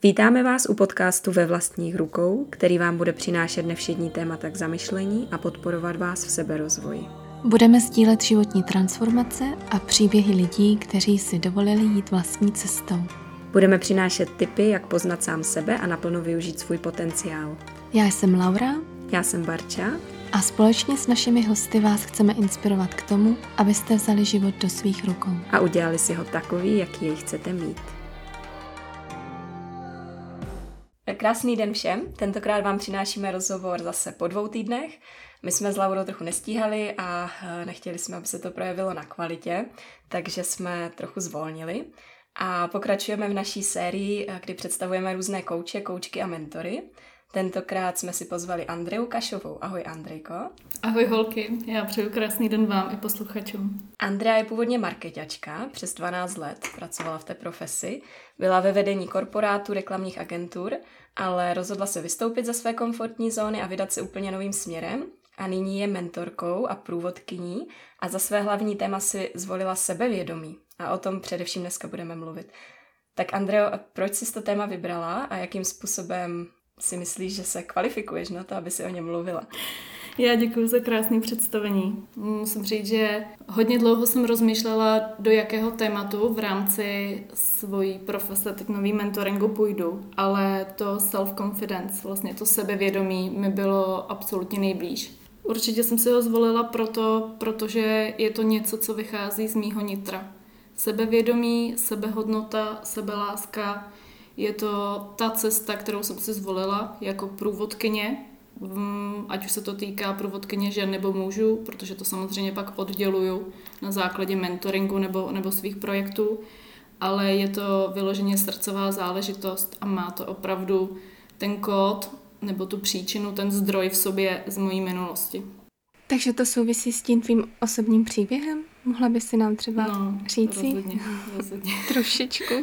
Vítáme vás u podcastu Ve vlastních rukou, který vám bude přinášet nevšední témata k zamyšlení a podporovat vás v seberozvoji. Budeme sdílet životní transformace a příběhy lidí, kteří si dovolili jít vlastní cestou. Budeme přinášet tipy, jak poznat sám sebe a naplno využít svůj potenciál. Já jsem Laura. Já jsem Barča. A společně s našimi hosty vás chceme inspirovat k tomu, abyste vzali život do svých rukou. A udělali si ho takový, jaký jej chcete mít. Krásný den všem. Tentokrát vám přinášíme rozhovor zase po 2 týdnech. My jsme s Laurou trochu nestíhali a nechtěli jsme, aby se to projevilo na kvalitě, takže jsme trochu zvolnili. A pokračujeme v naší sérii, kdy představujeme různé kouče, koučky a mentory. Tentokrát jsme si pozvali Andreu Kašovou. Ahoj, Andrejko. Ahoj holky, já přeju krásný den vám i posluchačům. Andrea je původně marketačka, přes 12 let pracovala v té profesi, byla ve vedení korporátů, reklamních agentur, ale rozhodla se vystoupit ze své komfortní zóny a vydat se úplně novým směrem a nyní je mentorkou a průvodkyní a za své hlavní téma si zvolila sebevědomí a o tom především dneska budeme mluvit. Tak Andreo, proč jsi to téma vybrala a jakým způsobem si myslíš, že se kvalifikuješ na to, aby si o něm mluvila? Já děkuji za krásné představení. Musím říct, že hodně dlouho jsem rozmýšlela, do jakého tématu v rámci svojí profese technový mentoringu půjdu, ale to self-confidence, vlastně to sebevědomí mi bylo absolutně nejblíž. Určitě jsem si ho zvolila protože je to něco, co vychází z mýho nitra. Sebevědomí, sebehodnota, sebeláska, je to ta cesta, kterou jsem si zvolila jako průvodkyně, ať už se to týká průvodkyně žen nebo mužů, protože to samozřejmě pak odděluju na základě mentoringu nebo svých projektů, ale je to vyloženě srdcová záležitost a má to opravdu ten kód nebo tu příčinu, ten zdroj v sobě z mojí minulosti. Takže to souvisí s tím tvým osobním příběhem? Mohla bys si nám třeba říci? Rozhodně. Trošičku.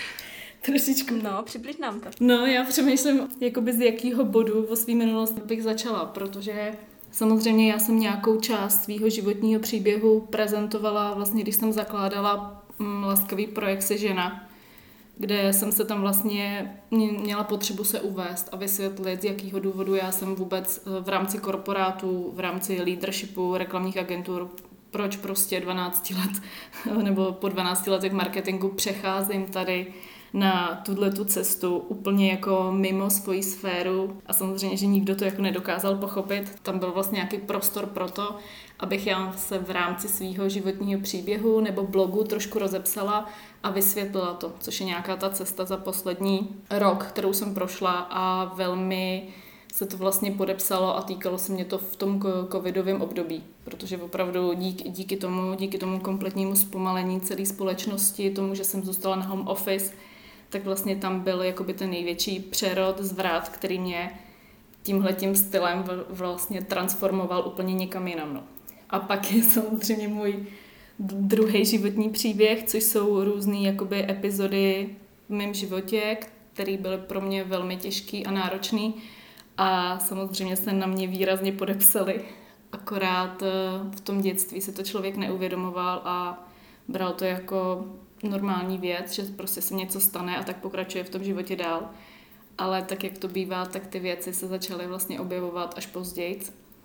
Přibliž nám to. Já přemýšlím, jakoby z jakého bodu o svý minulosti bych začala, protože samozřejmě já jsem nějakou část svýho životního příběhu prezentovala vlastně, když jsem zakládala laskavý projekt Se žena, kde jsem se tam vlastně měla potřebu se uvést a vysvětlit, z jakého důvodu já jsem vůbec v rámci korporátů, v rámci leadershipu, reklamních agentur, proč prostě 12 let nebo po 12 letech marketingu přecházím tady na tu cestu úplně jako mimo svoji sféru a samozřejmě, že nikdo to jako nedokázal pochopit. Tam byl vlastně nějaký prostor pro to, abych já se v rámci svého životního příběhu nebo blogu trošku rozepsala a vysvětlila to, což je nějaká ta cesta za poslední rok, kterou jsem prošla a velmi se to vlastně podepsalo a týkalo se mě to v tom covidovém období, protože opravdu díky tomu kompletnímu zpomalení celé společnosti, tomu, že jsem zůstala na home office, tak vlastně tam byl jakoby ten největší přerod, zvrat, který mě tímhletím stylem vlastně transformoval úplně někam jinam. No. A pak je samozřejmě můj druhý životní příběh, což jsou různý jakoby epizody v mém životě, které byly pro mě velmi těžký a náročný a samozřejmě se na mě výrazně podepsaly. Akorát v tom dětství se to člověk neuvědomoval a bral to jako normální věc, že prostě se něco stane a tak pokračuje v tom životě dál. Ale tak, jak to bývá, tak ty věci se začaly vlastně objevovat až později.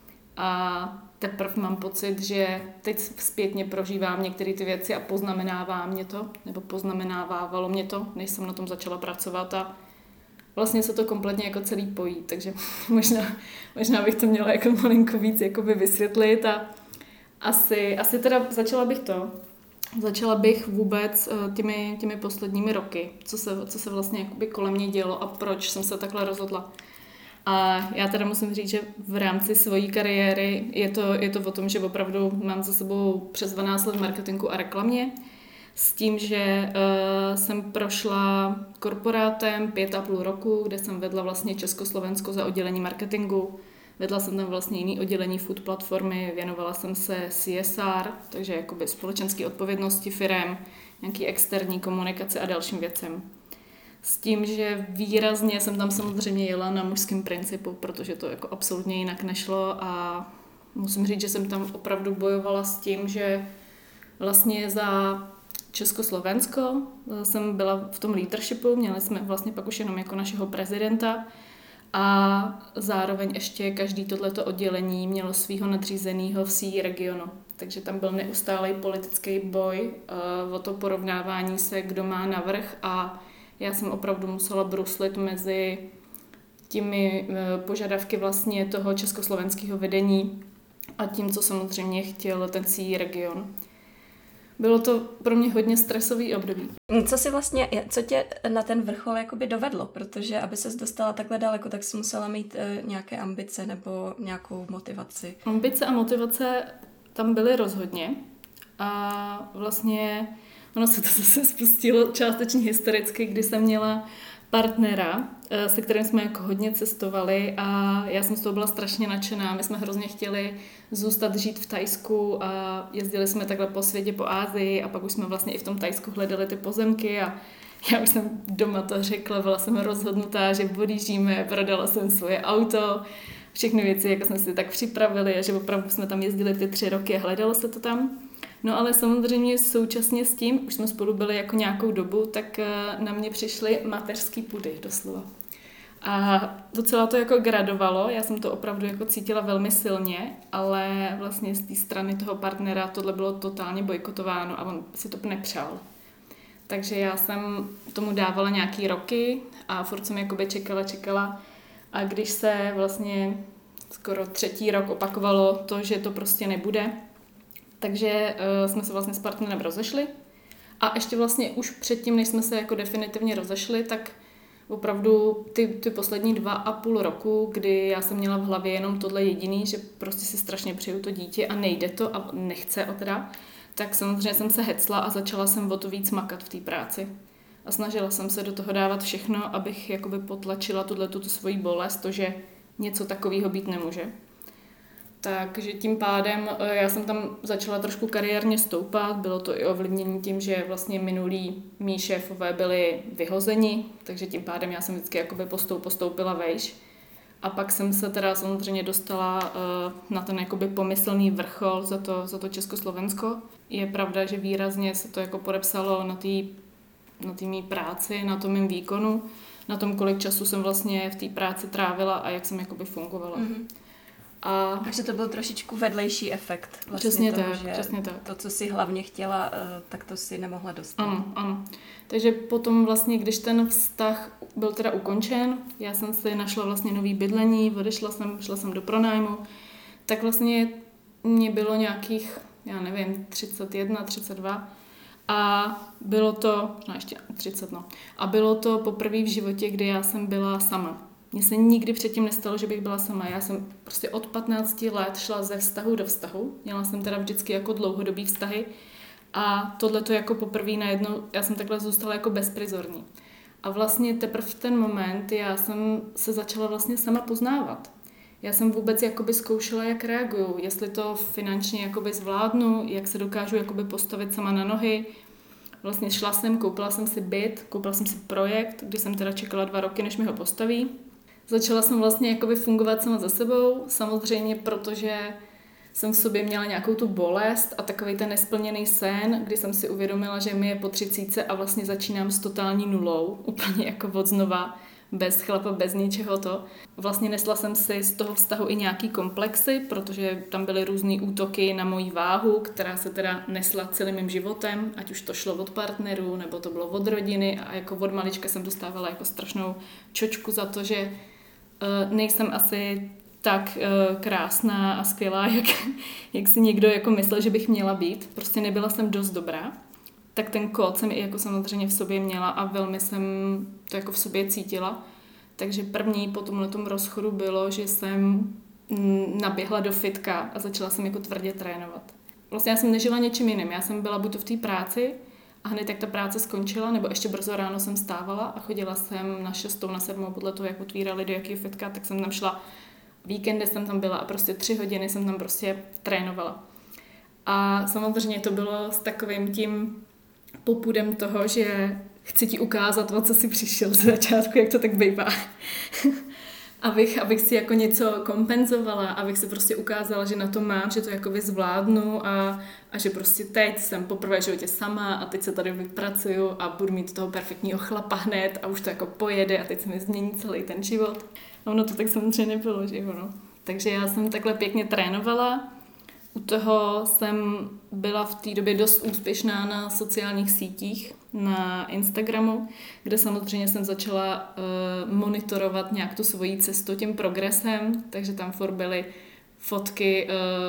A teprve mám pocit, že teď zpětně prožívám některé ty věci a poznamenává mě to, nebo poznamenávávalo mě to, než jsem na tom začala pracovat a vlastně se to kompletně jako celý pojí, takže možná bych to měla jako malinko víc jakoby vysvětlit a asi teda Začala bych vůbec těmi posledními roky, co se vlastně jakoby kolem mě dělo a proč jsem se takhle rozhodla. A já teda musím říct, že v rámci svojí kariéry je to o tom, že opravdu mám za sebou přes 12 let marketingu a reklamě, s tím, že jsem prošla korporátem 5,5 roku, kde jsem vedla vlastně Československo za oddělení marketingu. Vedla jsem tam vlastně jiný oddělení food platformy, věnovala jsem se CSR, takže jakoby společenské odpovědnosti firem, nějaký externí komunikace a dalším věcem. S tím, že výrazně jsem tam samozřejmě jela na mužském principu, protože to jako absolutně jinak nešlo a musím říct, že jsem tam opravdu bojovala s tím, že vlastně za Československo. Jsem byla v tom leadershipu, měli jsme vlastně pak už jenom jako našeho prezidenta a zároveň ještě každý tohleto oddělení mělo svého nadřízeného v C regionu. Takže tam byl neustálý politický boj o to porovnávání se, kdo má navrch a já jsem opravdu musela bruslit mezi těmi požadavky vlastně toho československého vedení a tím, co samozřejmě chtěl ten C region. Bylo to pro mě hodně stresový období. Co tě na ten vrchol jakoby dovedlo? Protože aby ses dostala takhle daleko, tak jsi musela mít nějaké ambice nebo nějakou motivaci. Ambice a motivace tam byly rozhodně. A vlastně ono se to zase spustilo částečně historicky, kdy jsem měla partnera, se kterým jsme jako hodně cestovali a já jsem z toho byla strašně nadšená. My jsme hrozně chtěli zůstat žít v Thajsku a jezdili jsme takhle po světě, po Asii a pak už jsme vlastně i v tom Thajsku hledali ty pozemky a já už jsem doma to řekla, byla jsem rozhodnutá, že odjíždíme, prodala jsem svoje auto, všechny věci, jako jsme si tak připravili a že opravdu jsme tam jezdili ty 3 roky a hledalo se to tam. No ale samozřejmě současně s tím, už jsme spolu byli jako nějakou dobu, tak na mě přišly mateřský pudy doslova. A docela to jako gradovalo, já jsem to opravdu jako cítila velmi silně, ale vlastně z té strany toho partnera tohle bylo totálně bojkotováno a on si to nepřál. Takže já jsem tomu dávala nějaký roky a furt jsem jakoby čekala a když se vlastně skoro 3. rok opakovalo to, že to prostě nebude, takže jsme se vlastně s partnerem rozešli a ještě vlastně už předtím, než jsme se jako definitivně rozešli, tak opravdu ty poslední 2,5 roku, kdy já jsem měla v hlavě jenom tohle jediný, že prostě si strašně přeju to dítě a nejde to a nechce teda, tak samozřejmě jsem se hecla a začala jsem o to víc makat v té práci. A snažila jsem se do toho dávat všechno, abych jakoby potlačila tu svoji bolest, to, že něco takového být nemůže. Takže tím pádem já jsem tam začala trošku kariérně stoupat, bylo to i ovlivnění tím, že vlastně minulí mí šéfové byli vyhozeni, takže tím pádem já jsem vždycky jakoby postoupila vejš. A pak jsem se teda samozřejmě dostala na ten jakoby pomyslný vrchol za to Československo. Je pravda, že výrazně se to jako podepsalo na té mý práci, na tom mým výkonu, na tom, kolik času jsem vlastně v té práci trávila a jak jsem jakoby fungovala. Mm-hmm. Takže to byl trošičku vedlejší efekt. Vlastně přesně tak. To, co si hlavně chtěla, tak to si nemohla dostat. Ano. Takže potom vlastně, když ten vztah byl teda ukončen, já jsem si našla vlastně nový bydlení, šla jsem do pronájmu, tak vlastně mě bylo nějakých, 31, 32 a bylo to, ještě 30, a bylo to poprvé v životě, kdy já jsem byla sama. Mně se nikdy předtím nestalo, že bych byla sama. Já jsem prostě od 15 let šla ze vztahu do vztahu. Měla jsem teda vždycky jako dlouhodobý vztahy a tohle to jako poprvé najednou, já jsem takhle zůstala jako bezprizorní. A vlastně teprve v ten moment já jsem se začala vlastně sama poznávat. Já jsem vůbec jakoby zkoušela, jak reaguju, jestli to finančně jakoby zvládnu, jak se dokážu jakoby postavit sama na nohy. Vlastně šla jsem, koupila jsem si byt, koupila jsem si projekt, kdy jsem teda čekala 2 roky, než mi ho postaví. Začala jsem vlastně jakoby fungovat sama za sebou, samozřejmě protože jsem v sobě měla nějakou tu bolest a takový ten nesplněný sen, kdy jsem si uvědomila, že mi je po 30 a vlastně začínám s totální nulou, úplně jako od znova, bez chlapa, bez ničeho to. Vlastně nesla jsem si z toho vztahu i nějaký komplexy, protože tam byly různý útoky na moji váhu, která se teda nesla celým mým životem, ať už to šlo od partnerů, nebo to bylo od rodiny a jako od malička jsem dostávala jako strašnou čočku za to, že nejsem asi tak krásná a skvělá, jak si někdo jako myslel, že bych měla být. Prostě nebyla jsem dost dobrá. Tak ten kód jsem i jako samozřejmě v sobě měla a velmi jsem to jako v sobě cítila. Takže první po tomhletom rozchodu bylo, že jsem naběhla do fitka a začala jsem jako tvrdě trénovat. Vlastně já jsem nežila něčím jiným. Já jsem byla buď to v té práci a hned jak ta práce skončila, nebo ještě brzo ráno jsem stávala a chodila jsem na 6, na 7, podle toho, jak otvírali do jakého fitka, tak jsem tam šla. Víkendy jsem tam byla a prostě 3 hodiny jsem tam prostě trénovala. A samozřejmě to bylo s takovým tím popudem toho, že chci ti ukázat, o co jsi přišel z začátku, jak to tak bývá. abych si jako něco kompenzovala, abych si prostě ukázala, že na to mám, že to jakoby zvládnu a že prostě teď jsem poprvé v životě sama a teď se tady vypracuju a budu mít toho perfektního chlapa hned a už to jako pojede a teď se mi změní celý ten život. A ono to tak samozřejmě nebylo, že jo, no. Takže já jsem takhle pěkně trénovala. U toho jsem byla v té době dost úspěšná na sociálních sítích, na Instagramu, kde samozřejmě jsem začala monitorovat nějak tu svoji cestu tím progresem, takže tam byly fotky,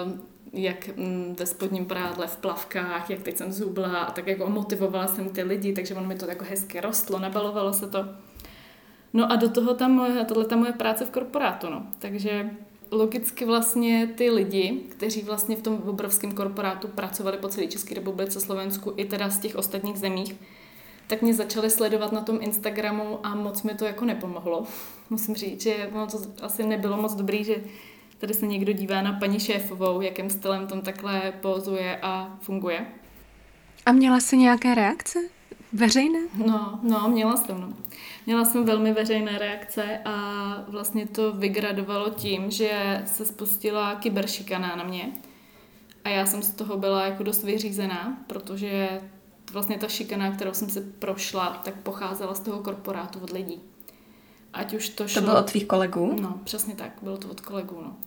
jak ve spodním prádle, v plavkách, jak teď jsem zubla a tak jako motivovala jsem ty lidi, takže ono mi to jako hezky rostlo, nabalovalo se to. No a do toho ta moje práce v korporátu, no. Takže logicky vlastně ty lidi, kteří vlastně v tom obrovském korporátu pracovali po celé České republice, Slovensku i teda z těch ostatních zemích, tak mě začali sledovat na tom Instagramu a moc mi to jako nepomohlo. Musím říct, že ono to asi nebylo moc dobrý, že tady se někdo dívá na paní šéfovou, jakým stylem tam takhle pózuje a funguje. A měla jsi nějaké reakce? Veřejné? No, měla jsem, no. Měla jsem velmi veřejné reakce a vlastně to vygradovalo tím, že se spustila kyberšikana na mě a já jsem z toho byla jako dost vyřízená, protože vlastně ta šikana, kterou jsem si prošla, tak pocházela z toho korporátu od lidí. Ať už to šlo... To bylo od tvých kolegů? No, přesně tak, bylo to od kolegů, no.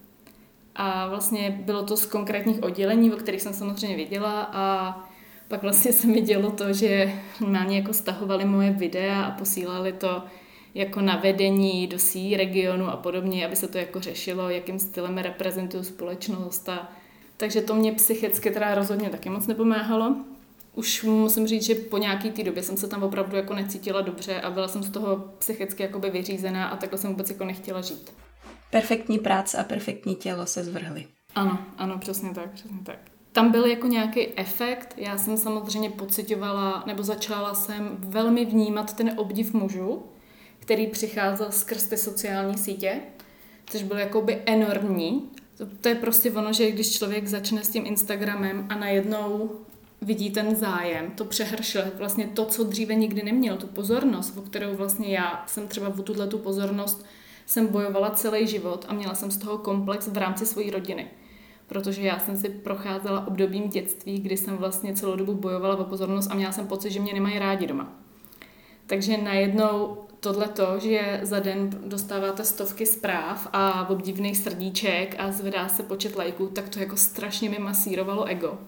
A vlastně bylo to z konkrétních oddělení, o kterých jsem samozřejmě věděla a pak vlastně se mi dělo to, že normálně jako stahovali moje videa a posílali to jako na vedení do regionu a podobně, aby se to jako řešilo, jakým stylem reprezentuju společnost. Takže to mě psychicky teda rozhodně taky moc nepomáhalo. Už musím říct, že po nějaký té době jsem se tam opravdu jako necítila dobře a byla jsem z toho psychicky jakoby vyřízená a takhle jsem vůbec jako nechtěla žít. Perfektní práce a perfektní tělo se zvrhly. Ano, přesně tak. Tam byl jako nějaký efekt, já jsem samozřejmě pociťovala, nebo začala jsem velmi vnímat ten obdiv mužů, který přicházel skrz ty sociální sítě, což bylo jakoby enormní. To je prostě ono, že když člověk začne s tím Instagramem a najednou vidí ten zájem, to přehršle, vlastně to, co dříve nikdy neměl, tu pozornost, o kterou vlastně já jsem třeba o tuhletu pozornost jsem bojovala celý život a měla jsem z toho komplex v rámci své rodiny. Protože já jsem si procházela obdobím dětství, kdy jsem vlastně celou dobu bojovala o pozornost a měla jsem pocit, že mě nemají rádi doma. Takže najednou tohleto, že za den dostáváte stovky zpráv a obdivných srdíček a zvedá se počet lajků, tak to jako strašně mi masírovalo ego.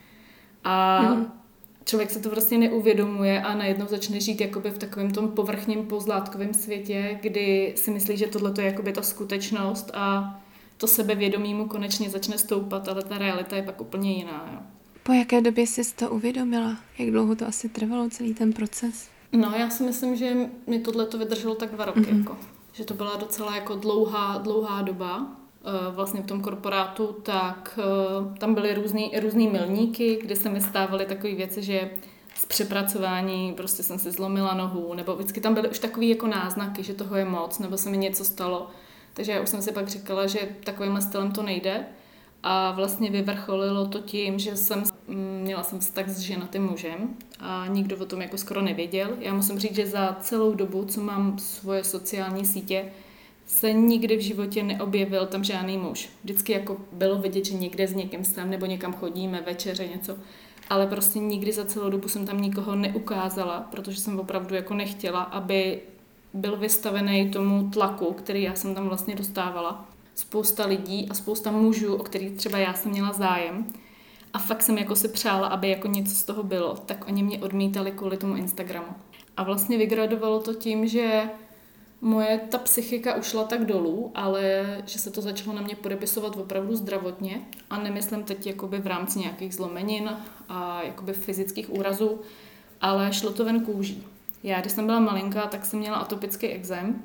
A člověk se to prostě neuvědomuje a najednou začne žít jakoby v takovém tom povrchním pozlátkovém světě, kdy si myslí, že tohleto je jakoby ta skutečnost a to sebevědomí mu konečně začne stoupat, ale ta realita je pak úplně jiná. Jo. Po jaké době jsi to uvědomila? Jak dlouho to asi trvalo, celý ten proces? No, já si myslím, že mi tohleto vydrželo tak 2 roky. Jako. Že to byla docela jako dlouhá doba. Vlastně v tom korporátu, tak tam byly různý milníky, kde se mi stávaly takové věci, že z přepracování prostě jsem si zlomila nohu, nebo vždycky tam byly už takové jako náznaky, že toho je moc, nebo se mi něco stalo. Takže já už jsem si pak říkala, že takovýmhle stylem to nejde. A vlastně vyvrcholilo to tím, že měla jsem vztah s ženatým mužem a nikdo o tom jako skoro nevěděl. Já musím říct, že za celou dobu, co mám svoje sociální sítě, se nikdy v životě neobjevil tam žádný muž. Vždycky jako bylo vidět, že někde s někým jsem nebo někam chodíme, večeře, něco. Ale prostě nikdy za celou dobu jsem tam nikoho neukázala, protože jsem opravdu jako nechtěla, aby byl vystavený tomu tlaku, který já jsem tam vlastně dostávala. Spousta lidí a spousta mužů, o kterých třeba já jsem měla zájem. A fakt jsem jako si přála, aby jako něco z toho bylo. Tak oni mě odmítali kvůli tomu Instagramu. A vlastně vygradovalo to tím, že moje ta psychika ušla tak dolů, ale že se to začalo na mě podepisovat opravdu zdravotně. A nemyslím teď jakoby v rámci nějakých zlomenin a jakoby fyzických úrazů, ale šlo to ven kůží. Já, když jsem byla malinká, tak jsem měla atopický ekzém.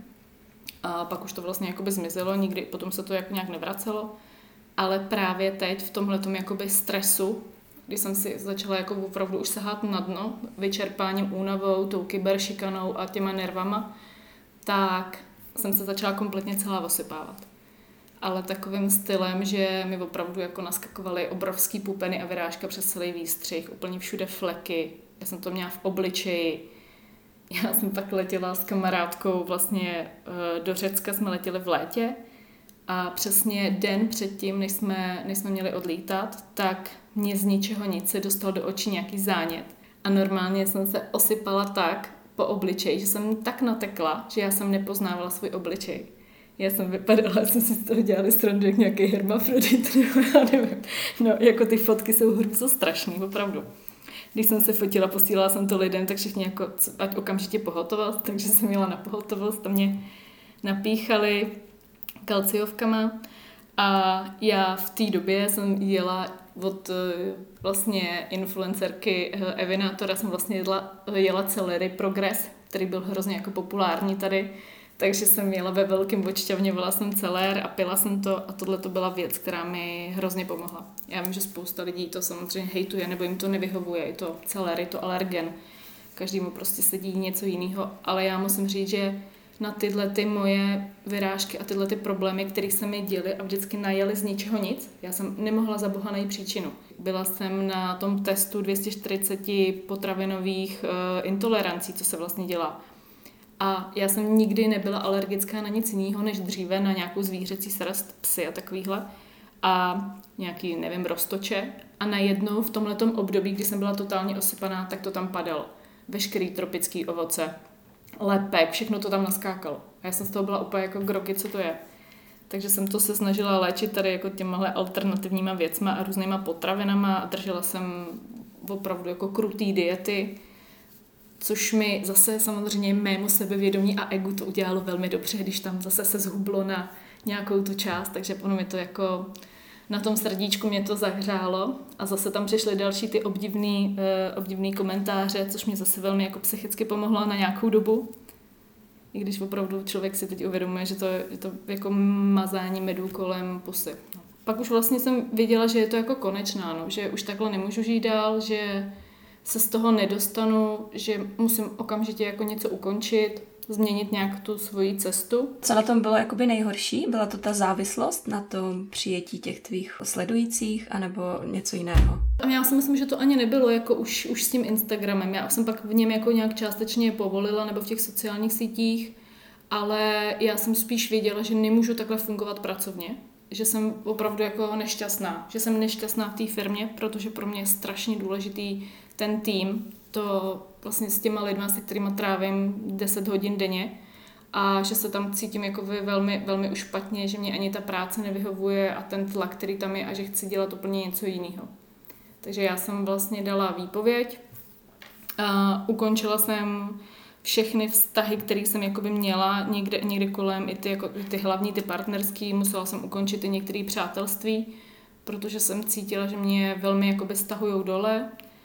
A pak už to vlastně jakoby zmizelo, nikdy potom se to jako nějak nevracelo. Ale právě teď v tomhletom jakoby stresu, když jsem si začala jako opravdu už sahat na dno, vyčerpáním, únavou, tou kyberšikanou a těma nervama, tak jsem se začala kompletně celá osypávat. Ale takovým stylem, že mi opravdu jako naskakovaly obrovský pupeny a vyrážka přes celý výstřih, úplně všude fleky. Já jsem to měla v obličeji. Já jsem pak letěla s kamarádkou vlastně do Řecka, jsme letěli v létě a přesně den předtím, než jsme měli odlítat, tak mě z ničeho nic se dostal do očí nějaký zánět. A normálně jsem se osypala tak po obličeji, že jsem tak natekla, že já jsem nepoznávala svůj obličej. Já jsem vypadala, jsem si z toho dělali srandu jak nějaký hermafrodit, nebo já nevím. No, jako ty fotky jsou hrůzostrašný, opravdu. Když jsem se fotila, posílala jsem to lidem, tak všichni jako, ať okamžitě pohotovost, takže jsem jela na pohotovost a mě napíchali kalciovkama a já v té době jsem jela od vlastně influencerky Evinátora, jsem vlastně jela Celery Progress, který byl hrozně jako populární tady, takže jsem jela ve velkém odšťavňovala jsem celér a pila jsem to a tohle to byla věc, která mi hrozně pomohla. Já vím, že spousta lidí to samozřejmě hejtuje nebo jim to nevyhovuje, je to celér, je to alergen, každému prostě sedí něco jiného, ale já musím říct, že na tyhle ty moje vyrážky a tyhle ty problémy, které se mi děly a vždycky najeli z ničeho nic, já jsem nemohla za boha najít příčinu. Byla jsem na tom testu 240 potravinových intolerancí, co se vlastně dělá. A já jsem nikdy nebyla alergická na nic jiného, než dříve na nějakou zvířecí srst, psy a takovýhle. A nějaký, nevím, roztoče. A najednou v tomhletom období, kdy jsem byla totálně osypaná, tak to tam padalo. Veškerý tropický ovoce, lepek, všechno to tam naskákalo. A já jsem z toho byla úplně jako groky, co to je. Takže jsem to se snažila léčit tady jako těmahle alternativníma věcma a různýma potravinama a držela jsem opravdu jako krutý diety, což mi zase samozřejmě mému sebevědomí a egu to udělalo velmi dobře, když tam zase se zhublo na nějakou tu část, takže ono mi to jako na tom srdíčku mě to zahřálo a zase tam přišly další ty obdivný komentáře, což mě zase velmi jako psychicky pomohlo na nějakou dobu. I když opravdu člověk si teď uvědomuje, že to jako mazání medu kolem pusy. Pak už vlastně jsem věděla, že je to jako konečná, no, že už takhle nemůžu žít dál, že se z toho nedostanu, že musím okamžitě jako něco ukončit, změnit nějak tu svoji cestu. Co na tom bylo jakoby nejhorší? Byla to ta závislost na tom přijetí těch tvých sledujících, anebo něco jiného? A já si myslím, že to ani nebylo jako už s tím Instagramem. Já jsem pak v něm jako nějak částečně povolila, nebo v těch sociálních sítích, ale já jsem spíš věděla, že nemůžu takhle fungovat pracovně, že jsem opravdu jako nešťastná, že jsem nešťastná v té firmě, protože pro mě je strašně důležitý ten tým, to vlastně s těma lidma, se kterýma trávím 10 hodin denně a že se tam cítím jako velmi, velmi už špatně, že mě ani ta práce nevyhovuje a ten tlak, který tam je a že chci dělat úplně něco jiného. Takže já jsem vlastně dala výpověď a ukončila jsem všechny vztahy, které jsem jakoby měla někde kolem, i ty hlavní, ty partnerský, musela jsem ukončit i některé přátelství, protože jsem cítila, že mě velmi jakoby stahujou dole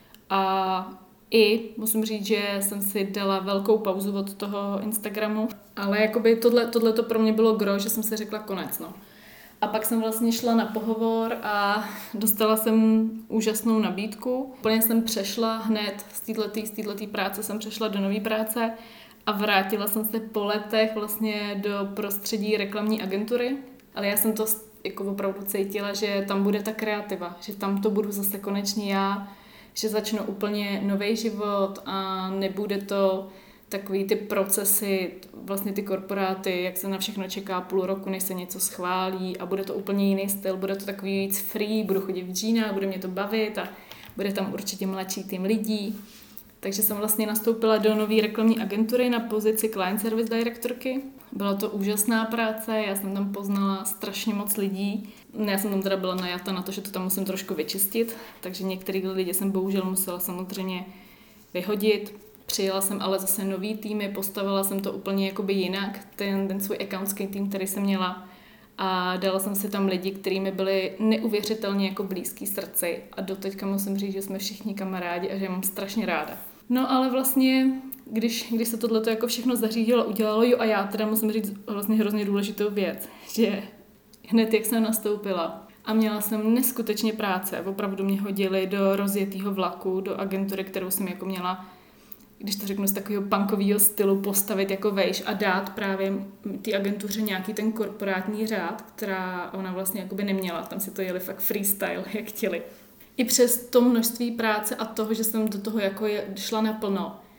a i musím říct, že jsem si dala velkou pauzu od toho Instagramu, ale jakoby tohle to pro mě bylo gro, že jsem si řekla konec, no. A pak jsem vlastně šla na pohovor a dostala jsem úžasnou nabídku. Úplně jsem přešla hned z této práce, jsem přešla do nové práce a vrátila jsem se po letech vlastně do prostředí reklamní agentury, ale já jsem to jako opravdu cítila, že tam bude ta kreativa, že tam to budu zase konečně já, že začnu úplně nový život a nebude to takový ty procesy, vlastně ty korporáty, jak se na všechno čeká půl roku, než se něco schválí a bude to úplně jiný styl, bude to takový víc free, budu chodit v džínách, bude mě to bavit a bude tam určitě mladší tým lidí. Takže jsem vlastně nastoupila do nové reklamní agentury na pozici Client Service Directorky. Byla to úžasná práce, já jsem tam poznala strašně moc lidí. Já jsem tam teda byla najata na to, že to tam musím trošku vyčistit, takže některý lidi jsem bohužel musela samozřejmě vyhodit. Přijela jsem ale zase nový týmy, postavila jsem to úplně jakoby jinak, ten svůj accountský tým, který jsem měla. A dala jsem si tam lidi, kteří mi byli neuvěřitelně jako blízký srdci. A doteďka musím říct, že jsme všichni kamarádi a že je mám strašně ráda. No ale vlastně, když se tohleto jako všechno zařídilo, udělalo, jo a já teda musím říct vlastně hrozně důležitou věc, že hned jak jsem nastoupila a měla jsem neskutečně práce, opravdu mě hodili do rozjetého vlaku, do agentury, kterou jsem jako měla, když to řeknu z takového punkového stylu, postavit jako vejš a dát právě té agentuře nějaký ten korporátní řád, která ona vlastně jakoby neměla. Tam si to jeli fakt freestyle, jak chtěli. I přes to množství práce a toho, že jsem do toho jako šla naplno,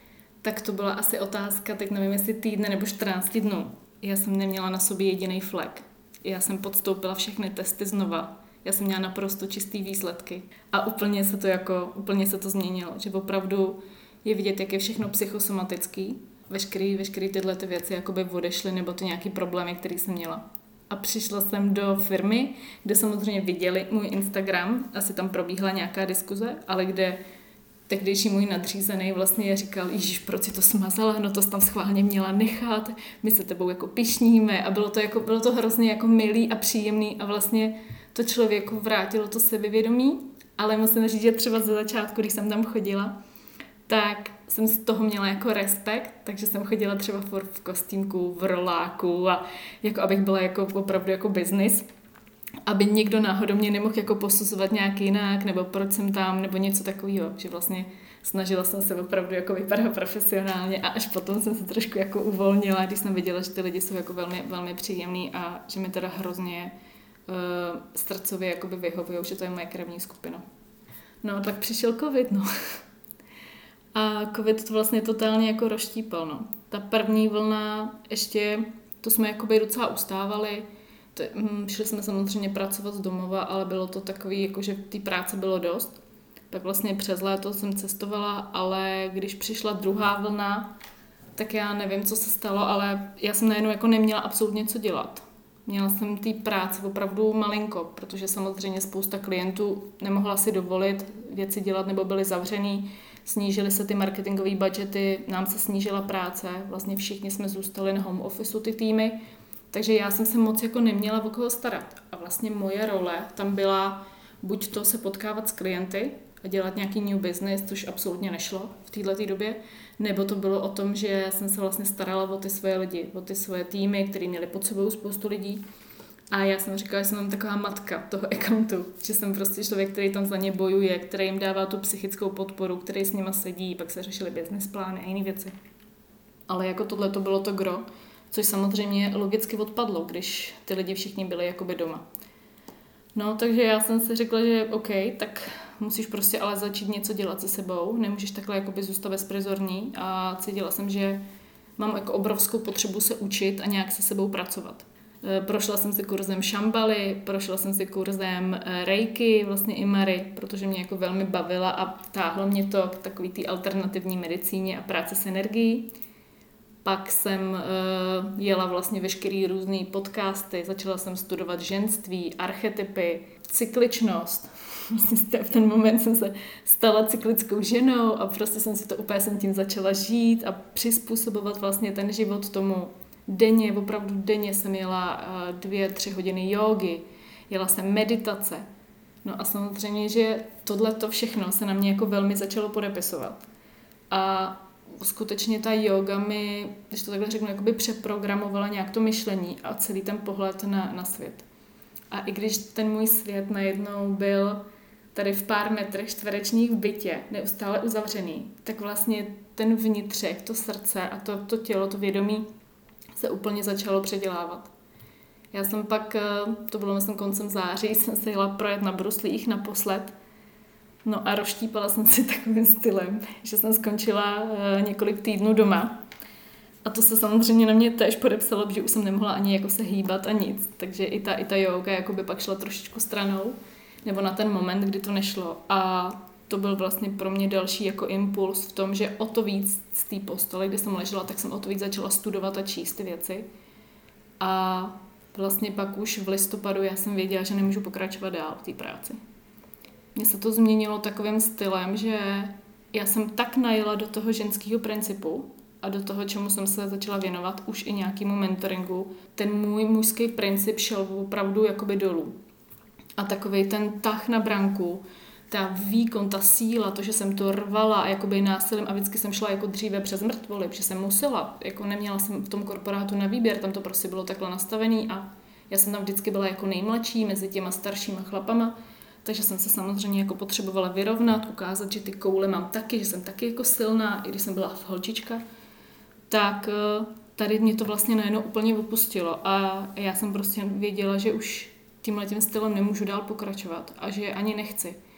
tak to byla asi otázka, teď nevím, jestli týdne nebo 14 dnů. Já jsem neměla na sobě jediný flek. Já jsem podstoupila všechny testy znova. Já jsem měla naprosto čistý výsledky. A úplně se to změnilo. Že opravdu je vidět, jak je všechno psychosomatický. Veškerý tyhle ty věci jakoby odešly, nebo ty nějaký problémy, které jsem měla. A přišla jsem do firmy, kde samozřejmě viděli můj Instagram, asi tam probíhala nějaká diskuze, ale kde tehdejší můj nadřízený vlastně říkal, Ježíš, proč si to smazala, no to jsi tam schválně měla nechat, my se tebou jako pyšníme a bylo to hrozně jako milý a příjemný a vlastně to člověku vrátilo to sebevědomí, ale musím říct, že třeba ze začátku, když jsem tam chodila, tak jsem z toho měla jako respekt, takže jsem chodila třeba furt v kostýmku, v roláku a jako abych byla jako opravdu jako business, aby někdo náhodou mě nemohl jako posuzovat nějak jinak, nebo proč jsem tam, nebo něco takového, že vlastně snažila jsem se opravdu jako vypadat profesionálně a až potom jsem se trošku jako uvolnila, když jsem viděla, že ty lidi jsou jako velmi, velmi příjemný a že mi teda hrozně srdcově jakoby vyhovují, že to je moje krevní skupina. No, tak přišel covid, no. A covid to vlastně totálně jako rozštípal, no. Ta první vlna ještě, to jsme jakoby docela ustávali, šli jsme samozřejmě pracovat z domova, ale bylo to takový, jako že té práce bylo dost. Tak vlastně přes léto jsem cestovala, ale když přišla druhá vlna, tak já nevím, co se stalo, ale já jsem najednou jako neměla absolutně co dělat. Měla jsem té práce opravdu malinko, protože samozřejmě spousta klientů nemohla si dovolit věci dělat nebo byly zavřený, snížily se ty marketingové budgety, nám se snížila práce, vlastně všichni jsme zůstali na home officeu ty týmy, takže já jsem se moc jako neměla o koho starat. A vlastně moje role tam byla buď to se potkávat s klienty a dělat nějaký new business, což absolutně nešlo v této době, nebo to bylo o tom, že jsem se vlastně starala o ty svoje lidi, o ty svoje týmy, který měli pod sebou spoustu lidí. A já jsem říkala, že jsem taková matka toho accountu, že jsem prostě člověk, který tam za ně bojuje, který jim dává tu psychickou podporu, který s nima sedí, pak se řešily business plány a jiné věci. Ale jako tohle to bylo to gro, což samozřejmě logicky odpadlo, když ty lidi všichni byli jakoby doma. No, takže já jsem si řekla, že OK, tak musíš prostě ale začít něco dělat se sebou, nemůžeš takhle jakoby zůstat bezprizorní a cítila jsem, že mám jako obrovskou potřebu se učit a nějak se sebou pracovat. Prošla jsem si kurzem Shambhaly, prošla jsem si kurzem Reiki, vlastně i Mary, protože mě jako velmi bavila a táhlo mě to k takový té alternativní medicíně a práce s energií. Pak jsem jela vlastně veškerý různý podcasty, začala jsem studovat ženství, archetypy, cykličnost. Vlastně v ten moment jsem se stala cyklickou ženou a prostě jsem si to úplně jsem tím začala žít a přizpůsobovat vlastně ten život tomu. Denně, opravdu denně jsem jela 2-3 hodiny jógy, jela jsem meditace. No a samozřejmě, že tohleto všechno se na mě jako velmi začalo podepisovat. A skutečně ta jóga mi, když to takhle řeknu, jakoby přeprogramovala nějak to myšlení a celý ten pohled na svět. A i když ten můj svět najednou byl tady v pár metrech čtverečních v bytě, neustále uzavřený, tak vlastně ten vnitřek, to srdce a to tělo, to vědomí se úplně začalo předělávat. Já jsem pak, to bylo myslím koncem září, jsem se jela projet na bruslích naposled. No a rozštípala jsem si takovým stylem, že jsem skončila několik týdnů doma. A to se samozřejmě na mě též podepsalo, že už jsem nemohla ani jako se hýbat a nic. Takže i ta jóga jakoby pak šla trošičku stranou, nebo na ten moment, kdy to nešlo. A to byl vlastně pro mě další jako impuls v tom, že o to víc z té postele, kde jsem ležela, tak jsem o to víc začala studovat a číst ty věci. A vlastně pak už v listopadu já jsem věděla, že nemůžu pokračovat dál v té práci. Mně se to změnilo takovým stylem, že já jsem tak najela do toho ženského principu a do toho, čemu jsem se začala věnovat, už i nějakému mentoringu. Ten můj mužský princip šel opravdu jakoby dolů. A takovej ten tah na branku, ta výkon, ta síla, to, že jsem to rvala a jakoby násilím a vždycky jsem šla jako dříve přes mrtvoly, protože jsem musela, jako neměla jsem v tom korporátu na výběr, tam to prostě bylo takhle nastavený a já jsem tam vždycky byla jako nejmladší mezi těma staršíma chlapama, takže jsem se samozřejmě jako potřebovala vyrovnat, ukázat, že ty koule mám taky, že jsem taky jako silná, i když jsem byla holčička, tak tady mě to vlastně najednou úplně opustilo a já jsem prostě věděla, že už tímhletím stylem nemůžu dál pokračovat a že ani nechci.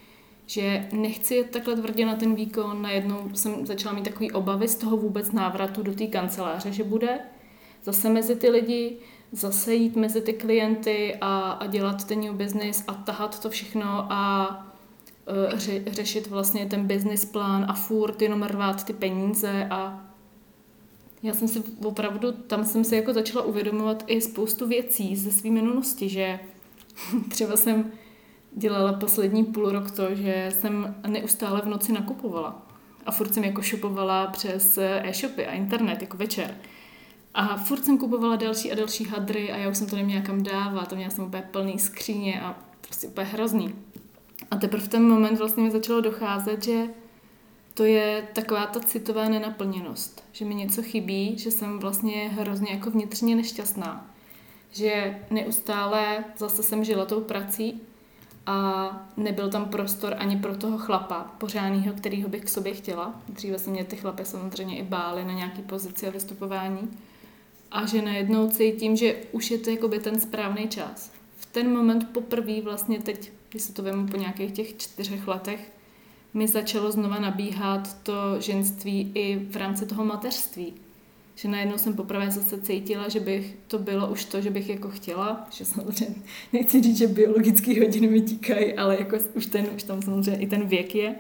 že nechci jet takhle tvrdě na ten výkon, najednou jsem začala mít takový obavy z toho vůbec návratu do té kanceláře, že bude zase mezi ty lidi, zase jít mezi ty klienty a dělat ten new business a tahat to všechno a řešit vlastně ten business plán a furt jenom rvát ty peníze a já jsem si opravdu, tam jsem si jako začala uvědomovat i spoustu věcí ze své minulosti, že třeba jsem dělala poslední půl rok to, že jsem neustále v noci nakupovala a furt jsem jako shopovala přes e-shopy a internet jako večer. A furt jsem kupovala další a další hadry a já už jsem to neměla kam dávat a měla jsem úplně plný skříně a prostě úplně hrozný. A teprve v ten moment vlastně mi začalo docházet, že to je taková ta citová nenaplněnost, že mi něco chybí, že jsem vlastně hrozně jako vnitřně nešťastná, že neustále zase jsem žila tou prací a nebyl tam prostor ani pro toho chlapa pořádnýho, kterýho bych k sobě chtěla. Dříve se mě ty chlapy samozřejmě i bály na nějaký pozici a vystupování. A že najednou cítím, že už je to jakoby ten správný čas. V ten moment poprvé vlastně teď, když se to vemu po nějakých těch 4 letech, mi začalo znova nabíhat to ženství i v rámci toho mateřství. Že najednou jsem poprvé zase cítila, že bych to bylo už to, že bych jako chtěla, že samozřejmě nechci říct, že biologické hodiny mi tíkají, ale jako už tam samozřejmě i ten věk je.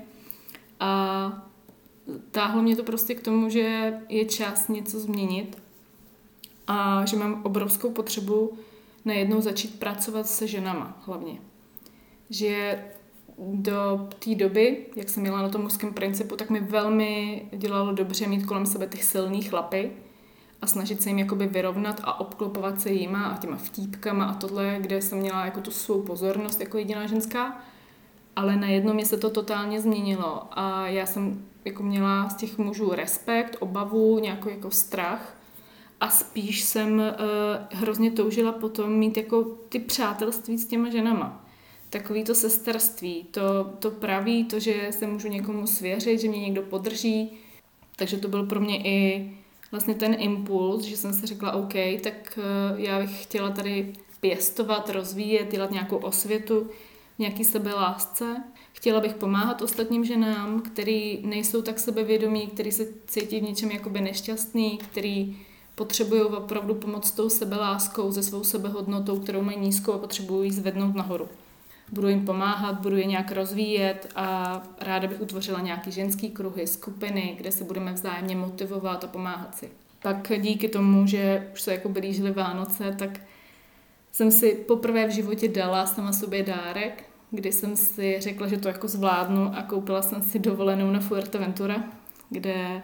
A táhlo mě to prostě k tomu, že je čas něco změnit a že mám obrovskou potřebu najednou začít pracovat se ženama hlavně. Že do té doby, jak jsem měla na tom mužském principu, tak mi velmi dělalo dobře mít kolem sebe těch silných chlapy a snažit se jim jakoby vyrovnat a obklopovat se jima a těma vtípkama a tohle, kde jsem měla jako tu svou pozornost jako jediná ženská. Ale najednou mě se to totálně změnilo a já jsem jako měla z těch mužů respekt, obavu, nějaký jako strach a spíš jsem hrozně toužila potom mít jako ty přátelství s těma ženama. Takový to sesterství, to praví, to, že se můžu někomu svěřit, že mě někdo podrží. Takže to byl pro mě i vlastně ten impuls, že jsem si řekla, OK, tak já bych chtěla tady pěstovat, rozvíjet, dělat nějakou osvětu, nějaký sebelásce. Chtěla bych pomáhat ostatním ženám, který nejsou tak sebevědomí, který se cítí v něčem jakoby nešťastný, který potřebují opravdu pomoct s tou sebeláskou, se svou sebehodnotou, kterou mají nízkou a potřebují ji zvednout nahoru. Budu jim pomáhat, budu je nějak rozvíjet a ráda bych utvořila nějaký ženský kruhy, skupiny, kde se budeme vzájemně motivovat a pomáhat si. Pak díky tomu, že už se jako blížily Vánoce, tak jsem si poprvé v životě dala sama sobě dárek, kdy jsem si řekla, že to jako zvládnu a koupila jsem si dovolenou na Fuerteventura, kde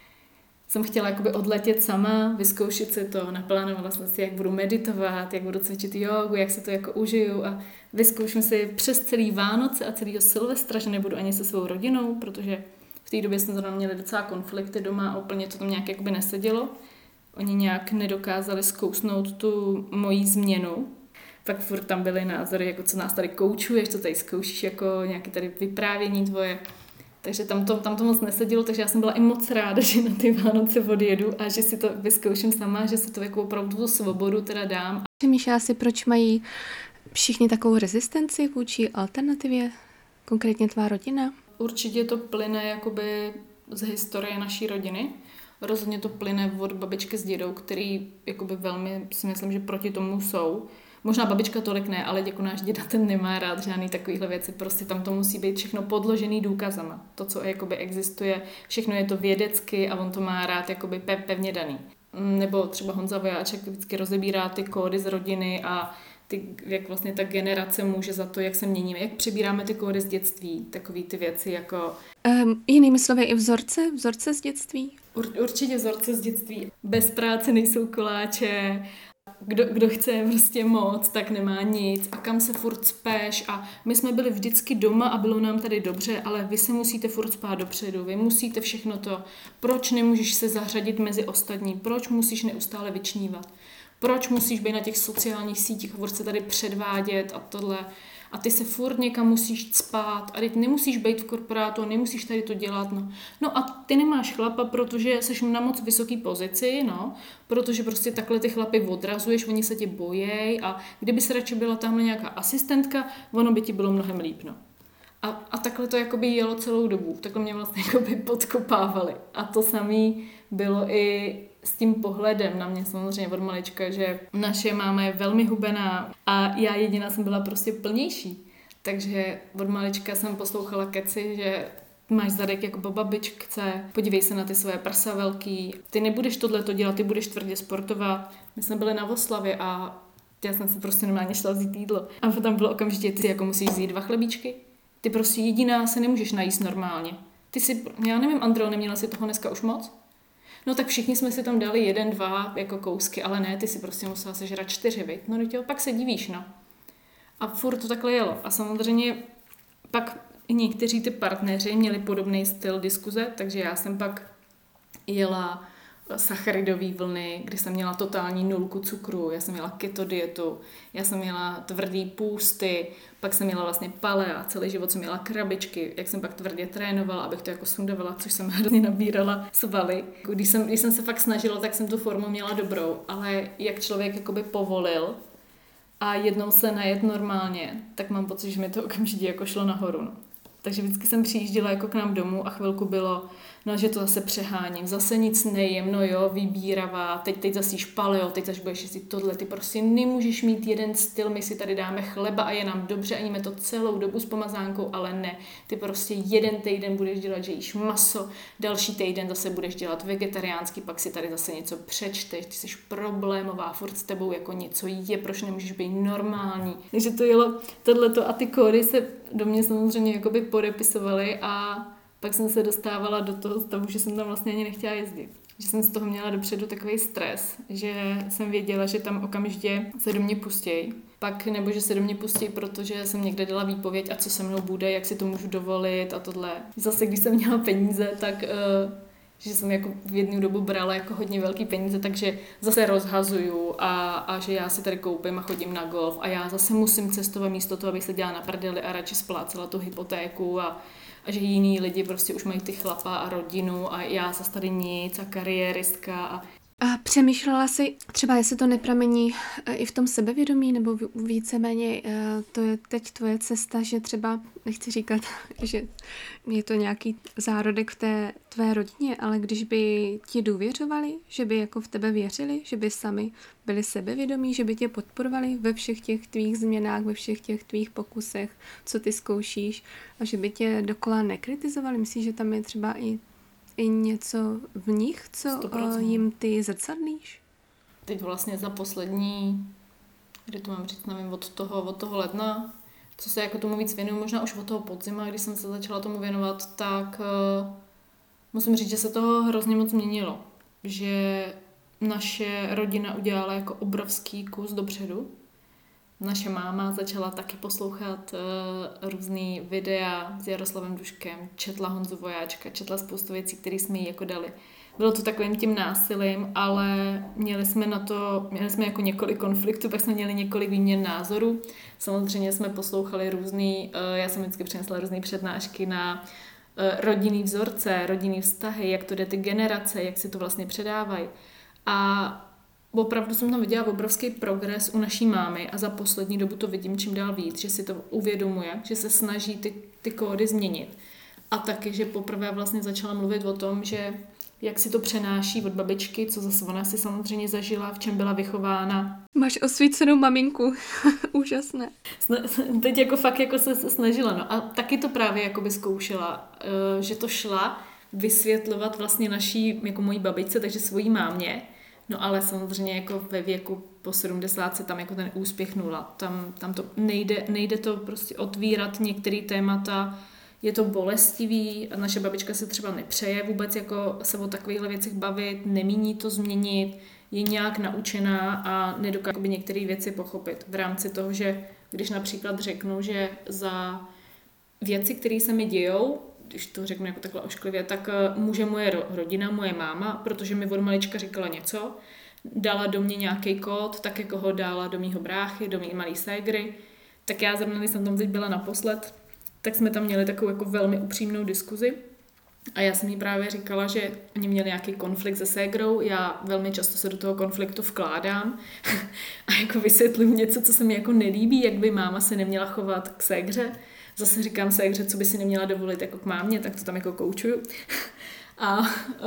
jsem chtěla jakoby odletět sama, vyzkoušet si to, naplánovala jsem si, jak budu meditovat, jak budu cvičit jogu, jak se to jako užiju a vyzkouším si přes celý Vánoce a celýho Silvestra, že nebudu ani se svou rodinou, protože v té době jsme zrovna měli docela konflikty doma a úplně to tam nějak jakoby nesedělo. Oni nějak nedokázali zkousnout tu moji změnu. Pak furt tam byly názory, jako co nás tady koučuješ, co tady zkoušíš, jako nějaké tady vyprávění tvoje. Takže tam to moc nesedělo, takže já jsem byla i moc ráda, že na ty Vánoce odjedu a že si to vyzkouším sama, že si to jako opravdu tu svobodu teda dám. Přemýšlela si, proč mají všichni takovou rezistenci vůči alternativě, konkrétně tvá rodina? Určitě to plyne jakoby z historie naší rodiny. Rozhodně to plyne od babičky s dědou, který jakoby velmi si myslím, že proti tomu jsou. Možná babička tolik ne, ale jako náš děda ten nemá rád žádný takovýhle věci. Prostě tam to musí být všechno podložený důkazama. To, co jakoby existuje, všechno je to vědecky a on to má rád jakoby pevně daný. Nebo třeba Honza Vojáček vždycky rozebírá ty kódy z rodiny a jak vlastně ta generace může za to, jak se měníme, jak přebíráme ty kódy z dětství, takový ty věci jako... Jinými slovy i vzorce z dětství? Určitě vzorce z dětství. Bez práce nejsou koláče, kdo chce prostě moc, tak nemá nic a kam se furt speš a my jsme byli vždycky doma a bylo nám tady dobře, ale vy se musíte furt spát dopředu, vy musíte všechno to, proč nemůžeš se zařadit mezi ostatní, proč musíš neustále vyčnívat, proč musíš být na těch sociálních sítích a furt se tady předvádět a tohle a ty se furt někam musíš cpát a teď nemusíš být v korporátu, nemusíš tady to dělat, no a ty nemáš chlapa, protože jsi na moc vysoký pozici, protože prostě takhle ty chlapy odrazuješ, oni se tě bojejí a kdyby se radši byla tamhle nějaká asistentka, ono by ti bylo mnohem líp, A takhle to jakoby jelo celou dobu. Takhle mě vlastně jakoby podkopávali. A to samé bylo i s tím pohledem na mě samozřejmě od malička, že naše máma je velmi hubená a já jediná jsem byla prostě plnější. Takže od malička jsem poslouchala keci, že máš zadek jako po babičce, podívej se na ty své prsa velký, ty nebudeš tohleto dělat, ty budeš tvrdě sportovat. My jsme byli na oslavě a já jsem se prostě normálně šla vzít jídlo. A tam bylo okamžitě, ty jako musíš vzít 2 chlebíčky, ty prostě jediná se nemůžeš najíst normálně. Ty si, já nevím, Andreo, neměla si toho dneska už moc? No tak všichni jsme si tam dali 1, 2 jako kousky, ale ne, ty si prostě musela sežrat 4, viď? No pak se divíš, no. A furt to takhle jelo. A samozřejmě pak někteří ty partneři měli podobný styl diskuze, takže já jsem pak jela sacharidové vlny, kdy jsem měla totální 0 cukru, já jsem měla keto dietu, já jsem měla tvrdý půsty, pak jsem měla vlastně paleo a celý život jsem měla krabičky, jak jsem pak tvrdě trénovala, abych to jako sundovala, což jsem hrozně nabírala svaly. Když jsem se fakt snažila, tak jsem tu formu měla dobrou, ale jak člověk jakoby povolil a jednou se najet normálně, tak mám pocit, že mi to okamžitě jako šlo nahoru. No. Takže vždycky jsem přijížděla jako k nám domů a chvilku bylo, no, že to zase přeháním, zase nic nejem, no jo, vybíravá, teď zase jíš paleo, teď zase budeš jíst tohle, ty prostě nemůžeš mít jeden styl, my si tady dáme chleba a je nám dobře a jíme to celou dobu s pomazánkou, ale ne, ty prostě jeden týden budeš dělat, že jíš maso, další týden zase budeš dělat vegetariánsky, pak si tady zase něco přečteš, ty jsi problémová, furt s tebou jako něco je, proč nemůžeš být normální. Takže to jelo tohleto a ty kódy se do mě samozřejmě jakoby podepisovaly a pak jsem se dostávala do toho stavu, že jsem tam vlastně ani nechtěla jezdit. Že jsem z toho měla dopředu takový stres, že jsem věděla, že tam okamžitě se do mě pustějí. Pak nebo že se do mě pustí, protože jsem někde dala výpověď a co se mnou bude, jak si to můžu dovolit a tohle. Zase když jsem měla peníze, tak že jsem jako v jednu dobu brala jako hodně velký peníze, takže zase rozhazuju a že já si tady koupím a chodím na golf a já zase musím cestovat místo toho, abych se dělala na prdeli a radši splácela tu hypotéku a že jiní lidi prostě už mají ty chlapa a rodinu a já zase tady nic a kariéristka A přemýšlela jsi třeba, jestli to nepramení i v tom sebevědomí, nebo víceméně to je teď tvoje cesta, že třeba, nechci říkat, že je to nějaký zárodek v té tvé rodině, ale když by ti důvěřovali, že by jako v tebe věřili, že by sami byli sebevědomí, že by tě podporovali ve všech těch tvých změnách, ve všech těch tvých pokusech, co ty zkoušíš a že by tě dokola nekritizovali. Myslíš, že tam je třeba i něco v nich, co 100%. Jim ty zrcadlíš? Teď vlastně za poslední, kdy to mám říct, nevím, od toho ledna, co se jako tomu víc věnuju, možná už od toho podzima, když jsem se začala tomu věnovat, tak musím říct, že se toho hrozně moc změnilo. Že naše rodina udělala jako obrovský kus dopředu. Naše máma začala taky poslouchat různý videa s Jaroslavem Duškem, četla Honzu Vojáčka, četla spoustu věcí, které jsme jí jako dali. Bylo to takovým tím násilím, ale měli jsme jako několik konfliktů, pak jsme měli několik výměn názorů. Samozřejmě jsme poslouchali já jsem vždycky přinesla různé přednášky na rodinný vzorce, rodinný vztahy, jak to jde ty generace, jak si to vlastně předávají. A opravdu jsem tam viděla obrovský progres u naší mámy a za poslední dobu to vidím čím dál víc, že si to uvědomuje, že se snaží ty kódy změnit. A taky, že poprvé vlastně začala mluvit o tom, že jak si to přenáší od babičky, co zase ona si samozřejmě zažila, v čem byla vychována. Máš osvícenou maminku. Úžasné. Teď jako fakt jako se snažila. No a taky to právě jako by zkoušela, že to šla vysvětlovat vlastně naší, jako mojí babičce, takže svojí mámě. No ale samozřejmě jako ve věku po 70 se tam jako ten úspěch nula. Tam to nejde to prostě otvírat některé témata, je to bolestivý a naše babička se třeba nepřeje vůbec jako se o takovýchhle věcech bavit, nemíní to změnit, je nějak naučená a nedokáže některé věci pochopit. V rámci toho, že když například řeknu, že za věci, které se mi dějou, když to řeknu jako takhle ošklivě, tak může moje rodina, moje máma, protože mi od malička říkala něco, dala do mě nějaký kód, tak jako ho dala do mýho bráchy, do mý malý ségry, tak já zrovna, když jsem tam teď byla naposled, tak jsme tam měli takovou jako velmi upřímnou diskuzi a já jsem jí právě říkala, že oni měli nějaký konflikt se ségrou, já velmi často se do toho konfliktu vkládám a jako vysvětlím něco, co se mi jako nelíbí, jak by máma se neměla chovat k ségře zase říkám se, jak co by si neměla dovolit jako k mámě, tak to tam jako koučuju. A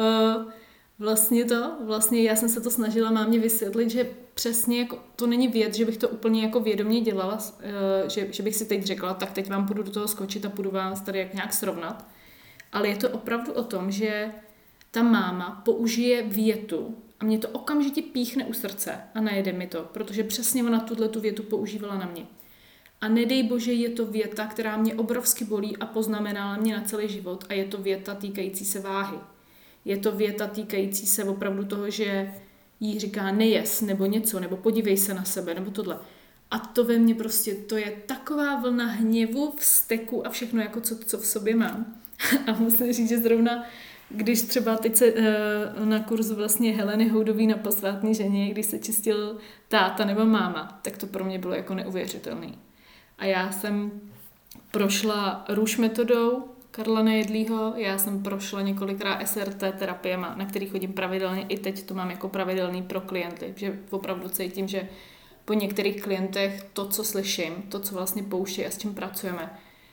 vlastně já jsem se to snažila mámě vysvětlit, že přesně jako, to není věc, že bych to úplně jako vědomě dělala, že bych si teď řekla, tak teď vám půjdu do toho skočit a půjdu vám tady jak nějak srovnat. Ale je to opravdu o tom, že ta máma použije větu a mě to okamžitě píchne u srdce a najede mi to, protože přesně ona tu větu používala na mě. A nedej bože, je to věta, která mě obrovsky bolí a poznamenala mě na celý život a je to věta týkající se váhy. Je to věta týkající se opravdu toho, že jí říká nejes, nebo něco, nebo podívej se na sebe, nebo tohle. A to ve mně prostě, to je taková vlna hněvu, vzteku a všechno, jako co v sobě mám. A musím říct, že zrovna, když třeba teď se na kurzu vlastně Heleny Houdový na posvátný ženě, když se čistil táta nebo máma, tak to pro mě bylo jako neuvěřitelný. A já jsem prošla růž metodou Karla Nejedlýho, já jsem prošla několikrát SRT terapiema, na který chodím pravidelně, i teď to mám jako pravidelný pro klienty, že opravdu cítím, že po některých klientech to, co slyším, to, co vlastně pouští a s čím pracujeme,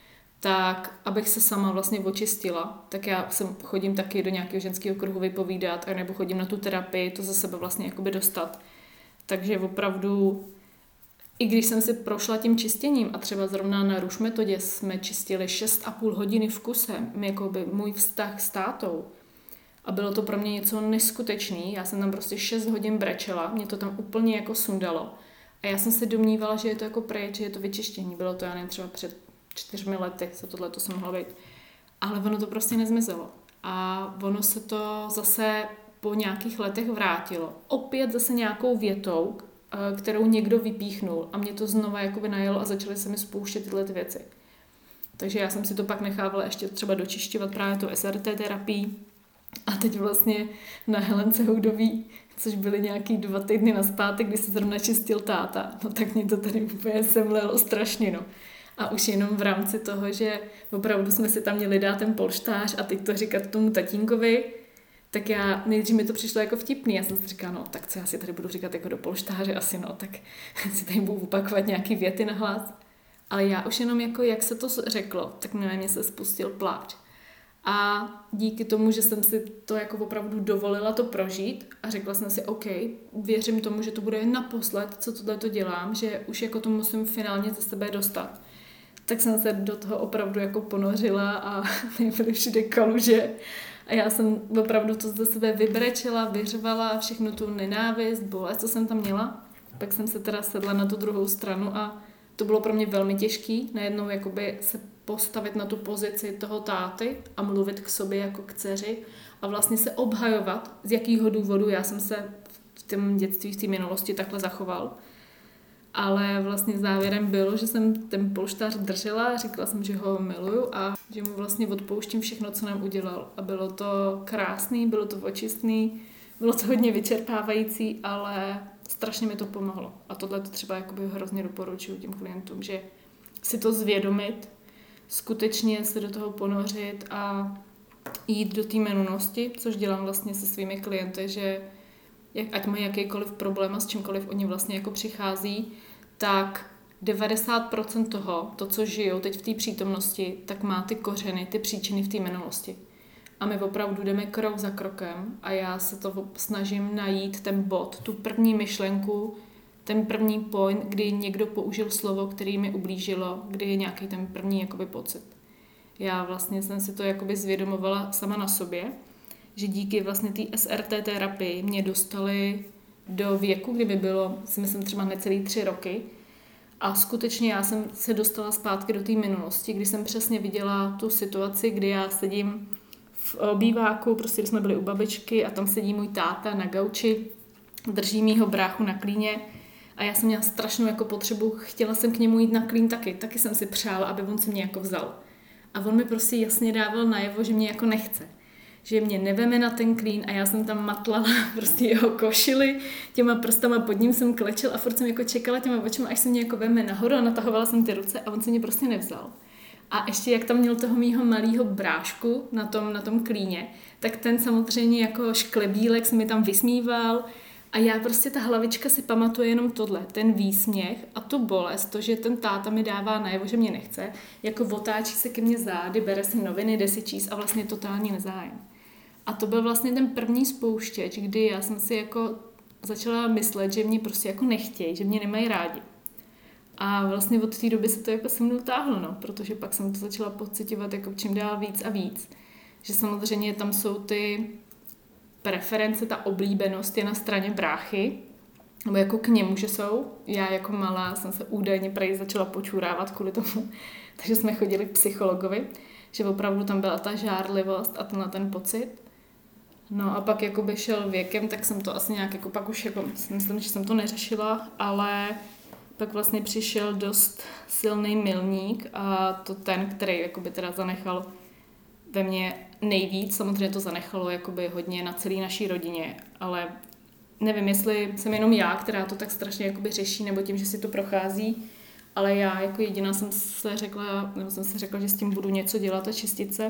tak abych se sama vlastně očistila, tak já chodím taky do nějakého ženského kruhu vypovídat, nebo chodím na tu terapii, to za sebe vlastně jakoby dostat. Takže opravdu, i když jsem si prošla tím čistěním a třeba zrovna na růž metodě jsme čistili 6,5 hodiny v kuse, jakoby můj vztah s tátou. A bylo to pro mě něco neskutečný, já jsem tam prostě 6 hodin brečela, mě to tam úplně jako sundalo. A já jsem se domnívala, že je to jako pryč, že je to vyčištění, bylo to já nevím, třeba před 4 lety, co tohle to se mohlo být. Ale ono to prostě nezmizelo. A ono se to zase po nějakých letech vrátilo. Opět zase nějakou větou, kterou někdo vypíchnul a mě to znova jakoby najelo a začaly se mi spouštět tyhle ty věci. Takže já jsem si to pak nechávala ještě třeba dočišťovat právě tu SRT terapii a teď vlastně na Helence Houdový, což byly nějaký 2 týdny nazpátek, kdy se zrovna čistil táta, no tak mě to tady úplně semlelo strašně, no. A už jenom v rámci toho, že opravdu jsme si tam měli dát ten polštář a teď to říkat tomu tatínkovi, tak já nejdřív mi to přišlo jako vtipný. Já jsem si říkala, no tak co já si tady budu říkat jako do polštáře asi, no tak si tady budu opakovat nějaký věty na hlas. Ale já už jenom jako, jak se to řeklo, tak na mě se spustil pláč. A díky tomu, že jsem si to jako opravdu dovolila to prožít a řekla jsem si, OK, věřím tomu, že to bude naposled, co tohle to dělám, že už jako to musím finálně ze sebe dostat. Tak jsem se do toho opravdu jako ponořila a byly všude kaluže. A já jsem opravdu to ze sebe vybrečela, vyřvala všechnu tu nenávist, bolest, co jsem tam měla. Pak jsem se teda sedla na tu druhou stranu a to bylo pro mě velmi těžký. Najednou jakoby se postavit na tu pozici toho táty a mluvit k sobě jako k dceři a vlastně se obhajovat, z jakého důvodu já jsem se v tom dětství, v té minulosti takhle zachoval. Ale vlastně závěrem bylo, že jsem ten polštář držela, říkala jsem, že ho miluju a že mu vlastně odpouštím všechno, co nám udělal. A bylo to krásný, bylo to očistný, bylo to hodně vyčerpávající, ale strašně mi to pomohlo. A tohle to třeba jakoby hrozně doporučuji těm klientům, že si to zvědomit, skutečně se do toho ponořit a jít do té minulosti, což dělám vlastně se svými klienty, že ať mají jakýkoliv problém a s čímkoliv oni vlastně jako přichází, tak 90% toho, to, co žijou teď v té přítomnosti, tak má ty kořeny, ty příčiny v té minulosti. A my opravdu jdeme krok za krokem a já se to snažím najít ten bod, tu první myšlenku, ten první point, kdy někdo použil slovo, který mi ublížilo, kdy je nějaký ten první jakoby pocit. Já vlastně jsem si to jakoby zvědomovala sama na sobě, že díky vlastně té SRT terapii mě dostali do věku, kdy by bylo, si myslím, třeba necelý 3 roky. A skutečně já jsem se dostala zpátky do té minulosti, kdy jsem přesně viděla tu situaci, kdy já sedím v obýváku, prostě když jsme byli u babičky a tam sedí můj táta na gauči, drží mýho bráchu na klíně a já jsem měla strašnou jako potřebu, chtěla jsem k němu jít na klín taky jsem si přála, aby on se mě jako vzal. A on mi prostě jasně dával najevo, že mě jako nechce. Že mě neveme na ten klín a já jsem tam matlala prostě jeho košili, těma prstama pod ním jsem klečel a furt jsem jako čekala těma očima, až se mě jako veme nahoru a natahovala jsem ty ruce a on se mě prostě nevzal. A ještě jak tam měl toho mýho malýho brášku na tom klíně, tak ten samozřejmě jako šklebílek se mi tam vysmíval A já prostě, ta hlavička si pamatuje jenom tohle, ten výsměch a tu bolest, to, že ten táta mi dává najevo, že mě nechce, jako otáčí se ke mně zády, bere si noviny, jde si číst a vlastně totální nezájem. A to byl vlastně ten první spouštěč, kdy já jsem si jako začala myslet, že mě prostě jako nechtějí, že mě nemají rádi. A vlastně od té doby se to jako se mnou táhlo, no, protože pak jsem to začala pociťovat jako čím dál víc a víc. Že samozřejmě tam jsou ty preference, ta oblíbenost je na straně bráchy, nebo jako k němu, že jsou. Já jako malá jsem se údajně prej začala počurávat kvůli tomu, takže jsme chodili k psychologovi, že opravdu tam byla ta žárlivost a ten pocit. No a pak jako šel věkem, tak jsem to asi nějak jako pak už jako myslím, že jsem to neřešila, ale pak vlastně přišel dost silný milník a to ten, který jakoby teda zanechal ve mně nejvíc, samozřejmě to zanechalo jakoby hodně na celé naší rodině, ale nevím, jestli jsem jenom já, která to tak strašně jakoby řeší, nebo tím, že si to prochází, ale já jako jediná jsem si řekla, že s tím budu něco dělat a čistit se.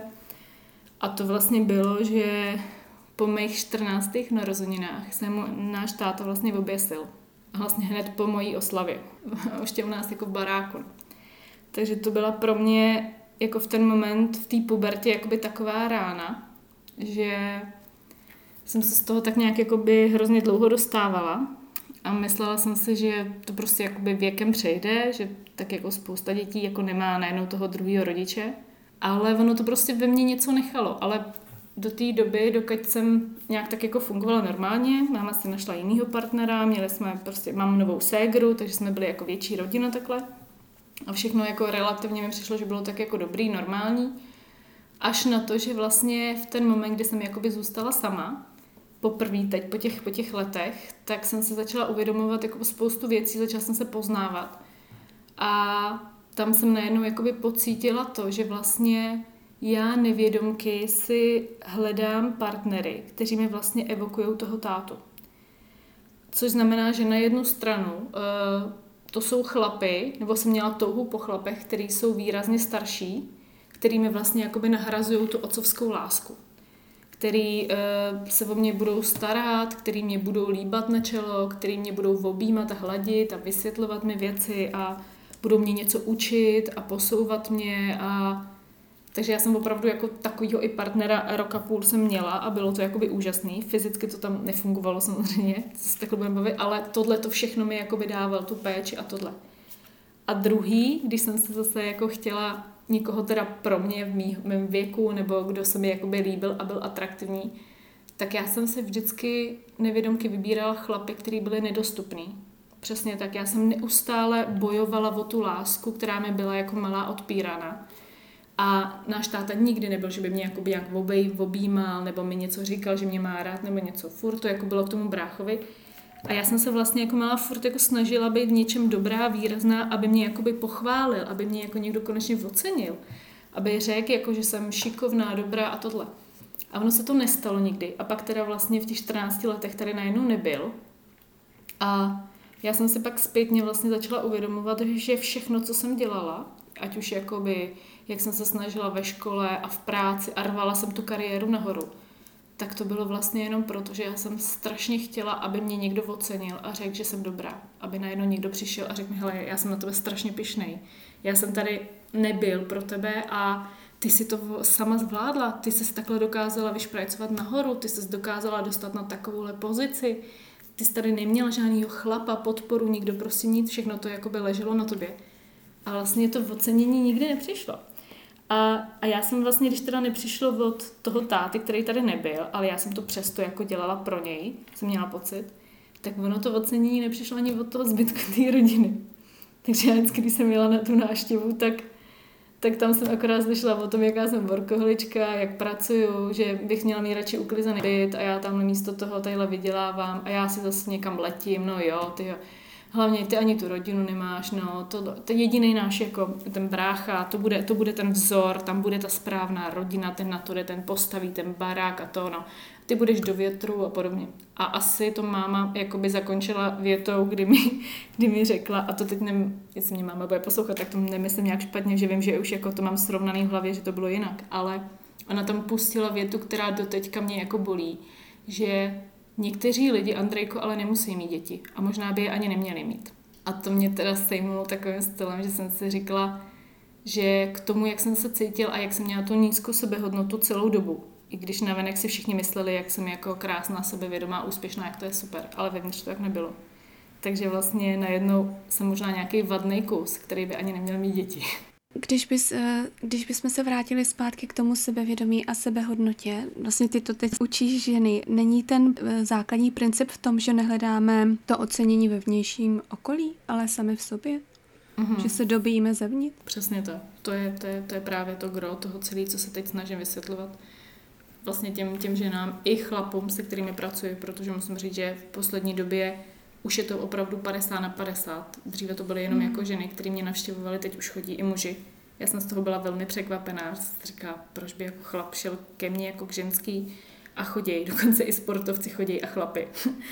A to vlastně bylo, že po mých 14. narozeninách se náš táta vlastně oběsil. A vlastně hned po mojí oslavě. Ještě u nás jako v baráku. Takže to byla pro mě jako v ten moment v té pubertě jakoby taková rána, že jsem se z toho tak nějak jakoby hrozně dlouho dostávala a myslela jsem si, že to prostě jakoby věkem přejde, že tak jako spousta dětí jako nemá najednou toho druhého rodiče, ale ono to prostě ve mně něco nechalo, ale do té doby, dokud jsem nějak tak jako fungovala normálně, máma si našla jinýho partnera, mám novou ségru, takže jsme byli jako větší rodina takhle. A všechno jako relativně mi přišlo, že bylo tak jako dobrý, normální. Až na to, že vlastně v ten moment, kdy jsem jakoby zůstala sama, poprvé teď po těch letech, tak jsem se začala uvědomovat jako spoustu věcí, začala jsem se poznávat. A tam jsem najednou jakoby pocítila to, že vlastně já nevědomky si hledám partnery, kteří mi vlastně evokujou toho tátu. Což znamená, že na jednu stranu to jsou chlapy, nebo jsem měla touhu po chlapech, který jsou výrazně starší, který mi vlastně jakoby nahrazují tu otcovskou lásku. Který se o mě budou starat, který mě budou líbat na čelo, který mě budou objímat a hladit a vysvětlovat mi věci a budou mě něco učit a posouvat mě a takže já jsem opravdu jako takovýho i partnera roka půl jsem měla a bylo to jakoby úžasný. Fyzicky to tam nefungovalo samozřejmě, co se takhle budeme bavit, ale tohle to všechno mi jakoby dával, tu péči a tohle. A druhý, když jsem se zase jako chtěla někoho teda pro mě v mém věku, nebo kdo se mi jakoby líbil a byl atraktivní, tak já jsem si vždycky nevědomky vybírala chlapy, který byly nedostupný. Přesně tak, já jsem neustále bojovala o tu lásku, která mi byla jako malá odpírána. A náš táta nikdy nebyl, že by mě jakoby nějak objímal, nebo mi něco říkal, že mě má rád, nebo něco. Furt to jako bylo k tomu bráchovi. A já jsem se vlastně jako malá furt jako snažila být v něčem dobrá, výrazná, aby mě jakoby pochválil, aby mě jako někdo konečně ocenil. Aby řekl, jako, že jsem šikovná, dobrá a tohle. A ono se to nestalo nikdy. A pak teda vlastně v těch 14 letech tady najednou nebyl. A já jsem si pak zpětně vlastně začala uvědomovat, že všechno, co jsem dělala, ať už jakoby, jak jsem se snažila ve škole a v práci a rvala jsem tu kariéru nahoru, tak to bylo vlastně jenom proto, že já jsem strašně chtěla, aby mě někdo ocenil a řekl, že jsem dobrá. Aby najednou někdo přišel a řekl mi, hele, já jsem na tebe strašně pyšnej. Já jsem tady nebyl pro tebe a ty si to sama zvládla. Ty jsi takhle dokázala vyšprajcovat nahoru, ty jsi dokázala dostat na takovouhle pozici. Ty jsi tady neměla žádnýho chlapa, podporu, nikdo prostě nic, všechno to jakoby leželo na tobě. A vlastně to ocenění nikdy nepřišlo. A já jsem vlastně, když teda nepřišlo od toho táty, který tady nebyl, ale já jsem to přesto jako dělala pro něj, jsem měla pocit, tak ono to ocenění nepřišlo ani od toho zbytku té rodiny. Takže já vždycky, když jsem jela na tu návštěvu, tak tam jsem akorát slyšela o tom, jaká jsem workoholička, jak pracuju, že bych měla mít radši uklizený byt a já tam místo toho tadyhle vydělávám a já si zase někam letím, no jo, ty jo. Hlavně ty ani tu rodinu nemáš, no, to jediný náš jako ten brácha, to bude ten vzor, tam bude ta správná rodina, ten na to jde, ten postaví ten barák a to, no. Ty budeš do větru a podobně. A asi to máma jakoby zakončila větou, kdy mi řekla, a to teď nevím, jestli mě máma bude poslouchat, tak to nemyslím nějak špatně, že vím, že už jako to mám srovnaný v hlavě, že to bylo jinak, ale ona tam pustila větu, která doteďka mě jako bolí, že někteří lidi, Andrejko, ale nemusí mít děti a možná by je ani neměli mít. A to mě teda sejmulo takovým stylem, že jsem si říkala, že k tomu, jak jsem se cítil a jak jsem měla tu nízkou sebehodnotu celou dobu, i když navenek si všichni mysleli, jak jsem jako krásná, sebevědomá, úspěšná, jak to je super, ale vevnitř to tak nebylo. Takže vlastně najednou jsem možná nějaký vadný kus, který by ani neměl mít děti. Když bychom se vrátili zpátky k tomu sebevědomí a sebehodnotě, vlastně ty to teď učíš ženy, není ten základní princip v tom, že nehledáme to ocenění ve vnějším okolí, ale sami v sobě? Mm-hmm. Že se dobíjíme zevnitř? Přesně tak. To je právě to gro toho celé, co se teď snažím vysvětlovat. Vlastně těm ženám i chlapům, se kterými pracuji, protože musím říct, že v poslední době už je to opravdu 50/50. Dříve to byly jenom jako ženy, které mě navštěvovaly, teď už chodí i muži. Já jsem z toho byla velmi překvapená. Říká, proč by jako chlap šel ke mně jako k ženský a chodí. Dokonce i sportovci chodí a chlapy.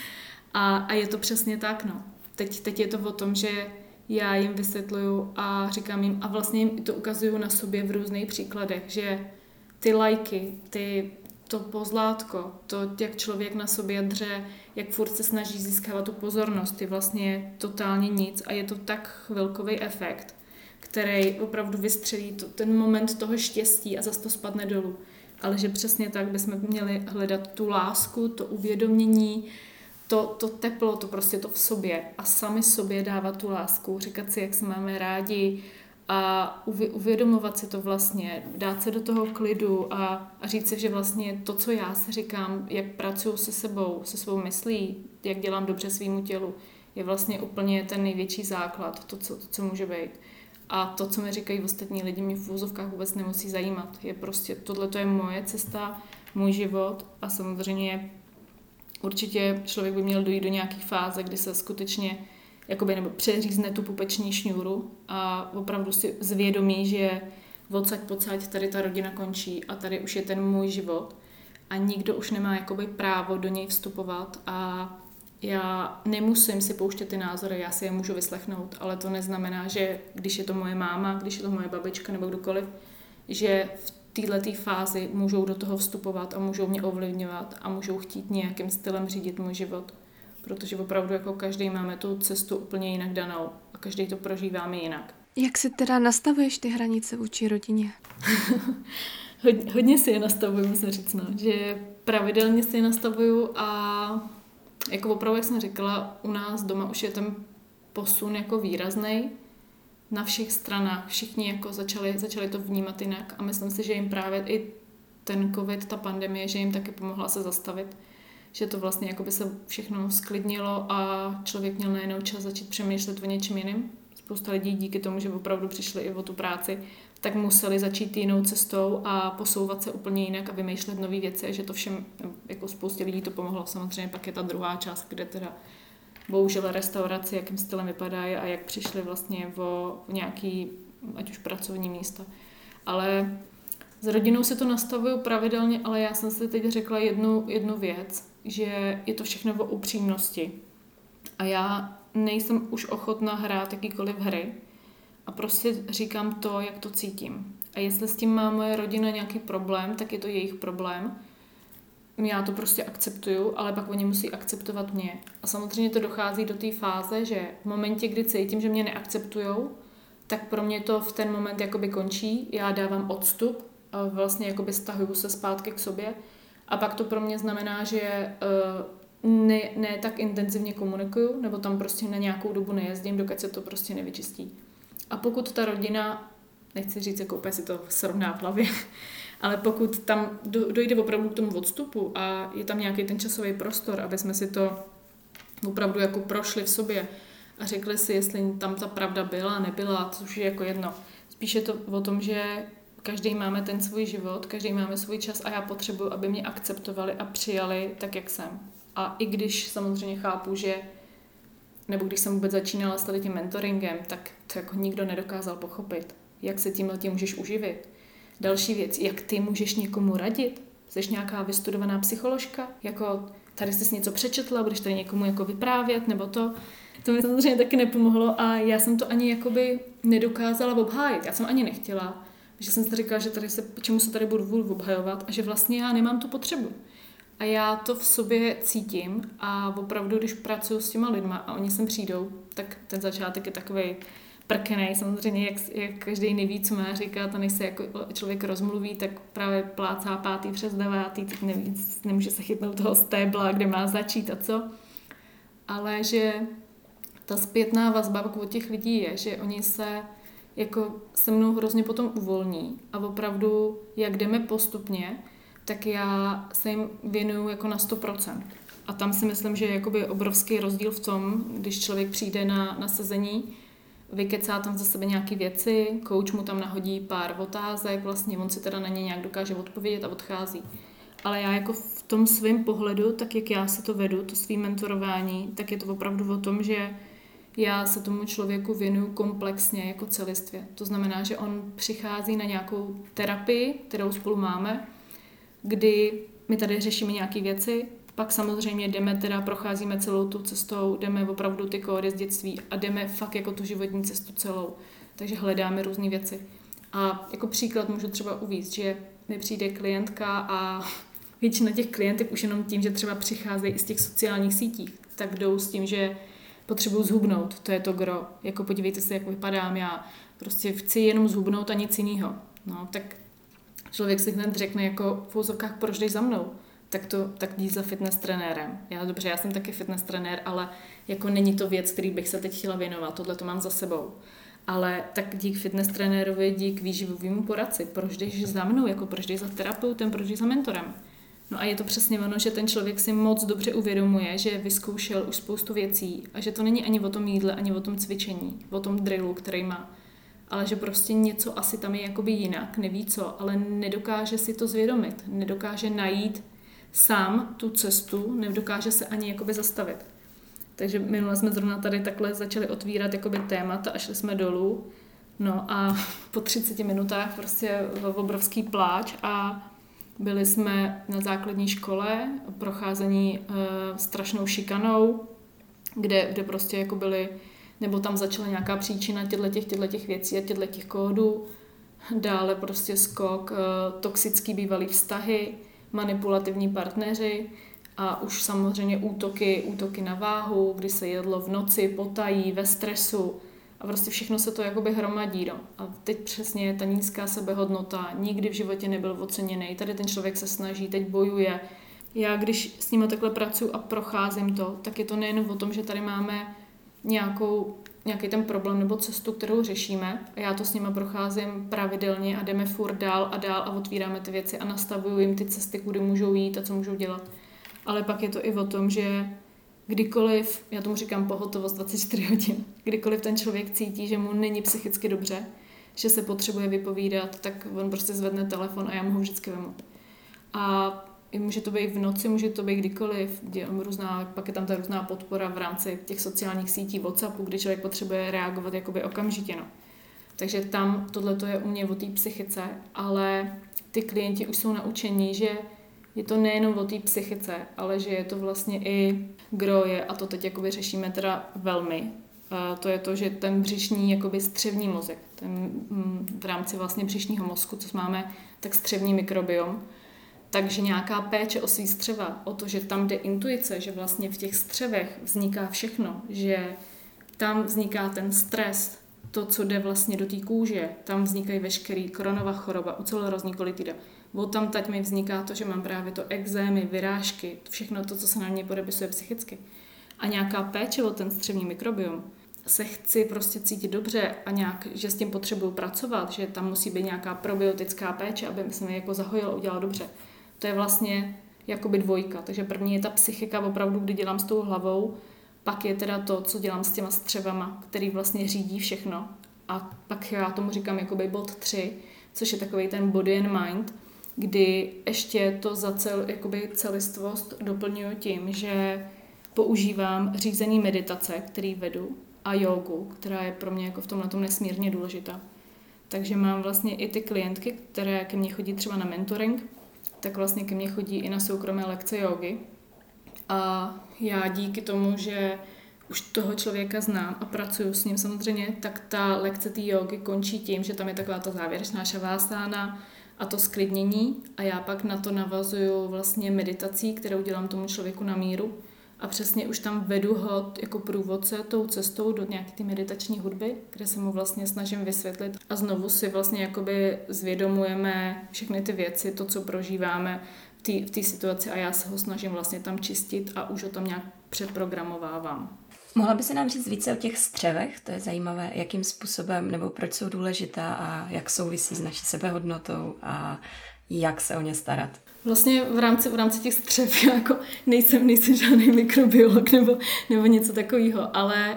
A je to přesně tak, no. Teď je to o tom, že já jim vysvětluju a říkám jim, a vlastně jim to ukazuju na sobě v různých příkladech, že ty lajky, to pozlátko, to, jak člověk na sobě dře, jak furt se snaží získávat tu pozornost, je vlastně totálně nic a je to tak chvilkový efekt, který opravdu vystřelí ten moment toho štěstí a zase to spadne dolů. Ale že přesně tak bychom měli hledat tu lásku, to uvědomění, to teplo, to prostě to v sobě a sami sobě dávat tu lásku, říkat si, jak se máme rádi a uvědomovat si to vlastně, dát se do toho klidu a říct si, že vlastně to, co já si říkám, jak pracuji se sebou, se svou myslí, jak dělám dobře svýmu tělu, je vlastně úplně ten největší základ, to, co může být. A to, co mi říkají ostatní lidi, mě v úzovkách vůbec nemusí zajímat. Je prostě, tohle to je moje cesta, můj život a samozřejmě určitě člověk by měl dojít do nějaké fáze, kdy se skutečně jakoby, nebo přeřízne tu pupeční šňůru a opravdu si zvědomí, že odsaď pocať tady ta rodina končí a tady už je ten můj život a nikdo už nemá jakoby právo do něj vstupovat a já nemusím si pouštět ty názory, já si je můžu vyslechnout, ale to neznamená, že když je to moje máma, když je to moje babička nebo kdokoliv, že v této fázi můžou do toho vstupovat a můžou mě ovlivňovat a můžou chtít nějakým stylem řídit můj život. Protože opravdu jako každý máme tu cestu úplně jinak danou a každý to prožíváme jinak. Jak si teda nastavuješ ty hranice vůči rodině? Hodně si je nastavuju, musím říct, no, že pravidelně si je nastavuju a jako opravdu, jak jsem říkala, u nás doma už je ten posun jako výraznej na všech stranách. Všichni jako začali to vnímat jinak a myslím si, že jim právě i ten covid, ta pandemie, že jim taky pomohla se zastavit. Že to vlastně jako by se všechno sklidnilo a člověk měl najednou čas začít přemýšlet o něčem jiným. Spousta lidí díky tomu, že opravdu přišli i o tu práci, tak museli začít jinou cestou a posouvat se úplně jinak a vymýšlet nové věci a že to všem, jako spoustě lidí to pomohlo. Samozřejmě pak je ta druhá část, kde teda bohužel restaurace, jakým stylem vypadají a jak přišli vlastně o nějaký, ať už pracovní místa. Ale s rodinou si to nastavuju pravidelně, ale já jsem si teď řekla jednu věc, že je to všechno o upřímnosti. A já nejsem už ochotná hrát jakýkoliv hry a prostě říkám to, jak to cítím. A jestli s tím má moje rodina nějaký problém, tak je to jejich problém. Já to prostě akceptuju, ale pak oni musí akceptovat mě. A samozřejmě to dochází do té fáze, že v momentě, kdy cítím, že mě neakceptujou, tak pro mě to v ten moment jakoby končí. Já dávám odstup a vlastně jakoby stahuju se zpátky k sobě. A pak to pro mě znamená, že ne tak intenzivně komunikuju, nebo tam prostě na nějakou dobu nejezdím, dokud se to prostě nevyčistí. A pokud ta rodina, nechci říct, jako úplně si to srovná v hlavě, ale pokud tam dojde opravdu k tomu odstupu a je tam nějaký ten časový prostor, aby jsme si to opravdu jako prošli v sobě a řekli si, jestli tam ta pravda byla, nebyla, což je jako jedno. Spíš je to o tom, že každý máme ten svůj život, každý máme svůj čas a já potřebuji, aby mě akceptovali a přijali tak, jak jsem. A i když samozřejmě chápu, že nebo když jsem vůbec začínala s tím mentoringem, tak to jako nikdo nedokázal pochopit, jak se tímhletím můžeš uživit. Další věc, jak ty můžeš někomu radit? Jsi nějaká vystudovaná psycholožka? Jako tady jsi něco přečetla, budeš tady někomu jako vyprávět nebo to? To mi samozřejmě taky nepomohlo a já jsem to ani jakoby nedokázala obhájit. Já jsem ani nechtěla, že jsem si říkala, že tady čemu se tady budu obhajovat a že vlastně já nemám tu potřebu. A já to v sobě cítím a opravdu, když pracuji s těma lidma a oni sem přijdou, tak ten začátek je takovej prkenej, samozřejmě, jak každý neví, co má říkat a než se jako člověk rozmluví, tak právě plácá 5. přes 9, teď neví, nemůže se chytnout toho stébla, kde má začít a co. Ale že ta zpětná vazba od těch lidí je, že oni se jako se mnou hrozně potom uvolní a opravdu, jak jdeme postupně, tak já se jim věnuju jako na 100%. A tam si myslím, že je jakoby obrovský rozdíl v tom, když člověk přijde na sezení, vykecá tam za sebe nějaké věci, coach mu tam nahodí pár otázek, vlastně on si teda na ně nějak dokáže odpovědět a odchází. Ale já jako v tom svém pohledu, tak jak já si to vedu, to svým mentorování, tak je to opravdu o tom, že já se tomu člověku věnuju komplexně jako celistvě. To znamená, že on přichází na nějakou terapii, kterou spolu máme, kdy my tady řešíme nějaké věci, pak samozřejmě jdeme teda, procházíme celou tu cestou, jdeme opravdu ty kódy z dětství a jdeme fakt jako tu životní cestu celou. Takže hledáme různé věci. A jako příklad můžu třeba uvést, že mi přijde klientka a většina těch klientek už jenom tím, že třeba přicházejí i z těch sociálních sítí, tak jdou s tím, že potřebuju zhubnout, to je to gro. Jako podívejte se, jak vypadám, já prostě chci jenom zhubnout a nic jiného. No, tak člověk si hned řekne jako v úzovkách, proč jdeš za mnou? Tak jdi za fitness trenérem. Já jsem taky fitness trenér, ale jako není to věc, který bych se teď chtěla věnovat, tohle to mám za sebou. Ale tak dík fitness trenérovi, dík výživovému poradci, proč jdeš za mnou, jako proč jdeš za terapeutem, proč jdeš za mentorem. No a je to přesně ono, že ten člověk si moc dobře uvědomuje, že vyzkoušel už spoustu věcí a že to není ani o tom jídle, ani o tom cvičení, o tom drillu, který má, ale že prostě něco asi tam je jakoby jinak, neví co, ale nedokáže si to zvědomit, nedokáže najít sám tu cestu, nedokáže se ani jakoby zastavit. Takže minule jsme zrovna tady takhle začali otvírat jakoby témata a šli jsme dolů, no a po 30 minutách prostě obrovský pláč a byli jsme na základní škole, procházení strašnou šikanou, kde prostě jako byly, nebo tam začala nějaká příčina těchto věcí a těchto kódů. Dále prostě skok, toxický bývalý vztahy, manipulativní partneři a už samozřejmě útoky na váhu, kdy se jedlo v noci, potají, ve stresu a prostě všechno se to jakoby hromadí. No. A teď přesně je ta nízká sebehodnota, nikdy v životě nebyl oceněný, tady ten člověk se snaží, teď bojuje. Já když s nimi takhle pracuji a procházím to, tak je to nejen o tom, že tady máme nějaký ten problém nebo cestu, kterou řešíme a já to s nimi procházím pravidelně a jdeme furt dál a otvíráme ty věci a nastavuju jim ty cesty, kudy můžou jít a co můžou dělat. Ale pak je to i o tom, že kdykoliv, já tomu říkám pohotovost 24 hodin, kdykoliv ten člověk cítí, že mu není psychicky dobře, že se potřebuje vypovídat, tak on prostě zvedne telefon a já mu ho vždycky vemu. A může to být v noci, může to být kdykoliv, pak je tam ta různá podpora v rámci těch sociálních sítí, WhatsAppu, kdy člověk potřebuje reagovat jakoby okamžitě. No. Takže tam tohleto je u mě o té psychice, ale ty klienti už jsou naučení, že je to nejenom o té psychice, ale že je to vlastně i groje a to teď jakoby řešíme teda velmi. To je to, že ten břišní jakoby střevní mozek, ten v rámci vlastně břišního mozku, co máme, tak střevní mikrobiom. Takže nějaká péče o svý střeva, o to, že tam jde intuice, že vlastně v těch střevech vzniká všechno, že tam vzniká ten stres, to, co jde vlastně do té kůže, tam vznikají veškerý Crohnova choroba, uceloerozní kolitida. Tam teď mi vzniká to, že mám právě to ekzémy, vyrážky, všechno to, co se na mě podepisuje psychicky. A nějaká péče o ten střevní mikrobiom, se chci prostě cítit dobře a nějak, že s tím potřebuju pracovat, že tam musí být nějaká probiotická péče, aby se mi jako zahojilo, udělalo dobře. To je vlastně jakoby dvojka. Takže první je ta psychika opravdu, kdy dělám s tou hlavou, pak je teda to, co dělám s těma střevama, který vlastně řídí všechno. A pak já tomu říkám jakoby bod 3, což je takový ten body and mind, kdy ještě to za jakoby celistvost doplňuji tím, že používám řízený meditace, který vedu, a jógu, která je pro mě jako v tomhletom nesmírně důležitá. Takže mám vlastně i ty klientky, které ke mně chodí třeba na mentoring, tak vlastně ke mně chodí i na soukromé lekce jógy. A já díky tomu, že už toho člověka znám a pracuju s ním samozřejmě, tak ta lekce té jógy končí tím, že tam je taková ta závěrečná šavásána a to sklidnění a já pak na to navazuju vlastně meditací, kterou dělám tomu člověku na míru a přesně už tam vedu ho jako průvodce tou cestou do nějaké ty meditační hudby, kde se mu vlastně snažím vysvětlit a znovu si vlastně jakoby zvědomujeme všechny ty věci, to, co prožíváme v té situaci a já se ho snažím vlastně tam čistit a už ho tam nějak přeprogramovávám. Mohla by se nám říct více o těch střevech? To je zajímavé, jakým způsobem nebo proč jsou důležitá a jak souvisí s naší sebehodnotou a jak se o ně starat. Vlastně v rámci těch střev já jako nejsem žádný mikrobiolog nebo něco takového, ale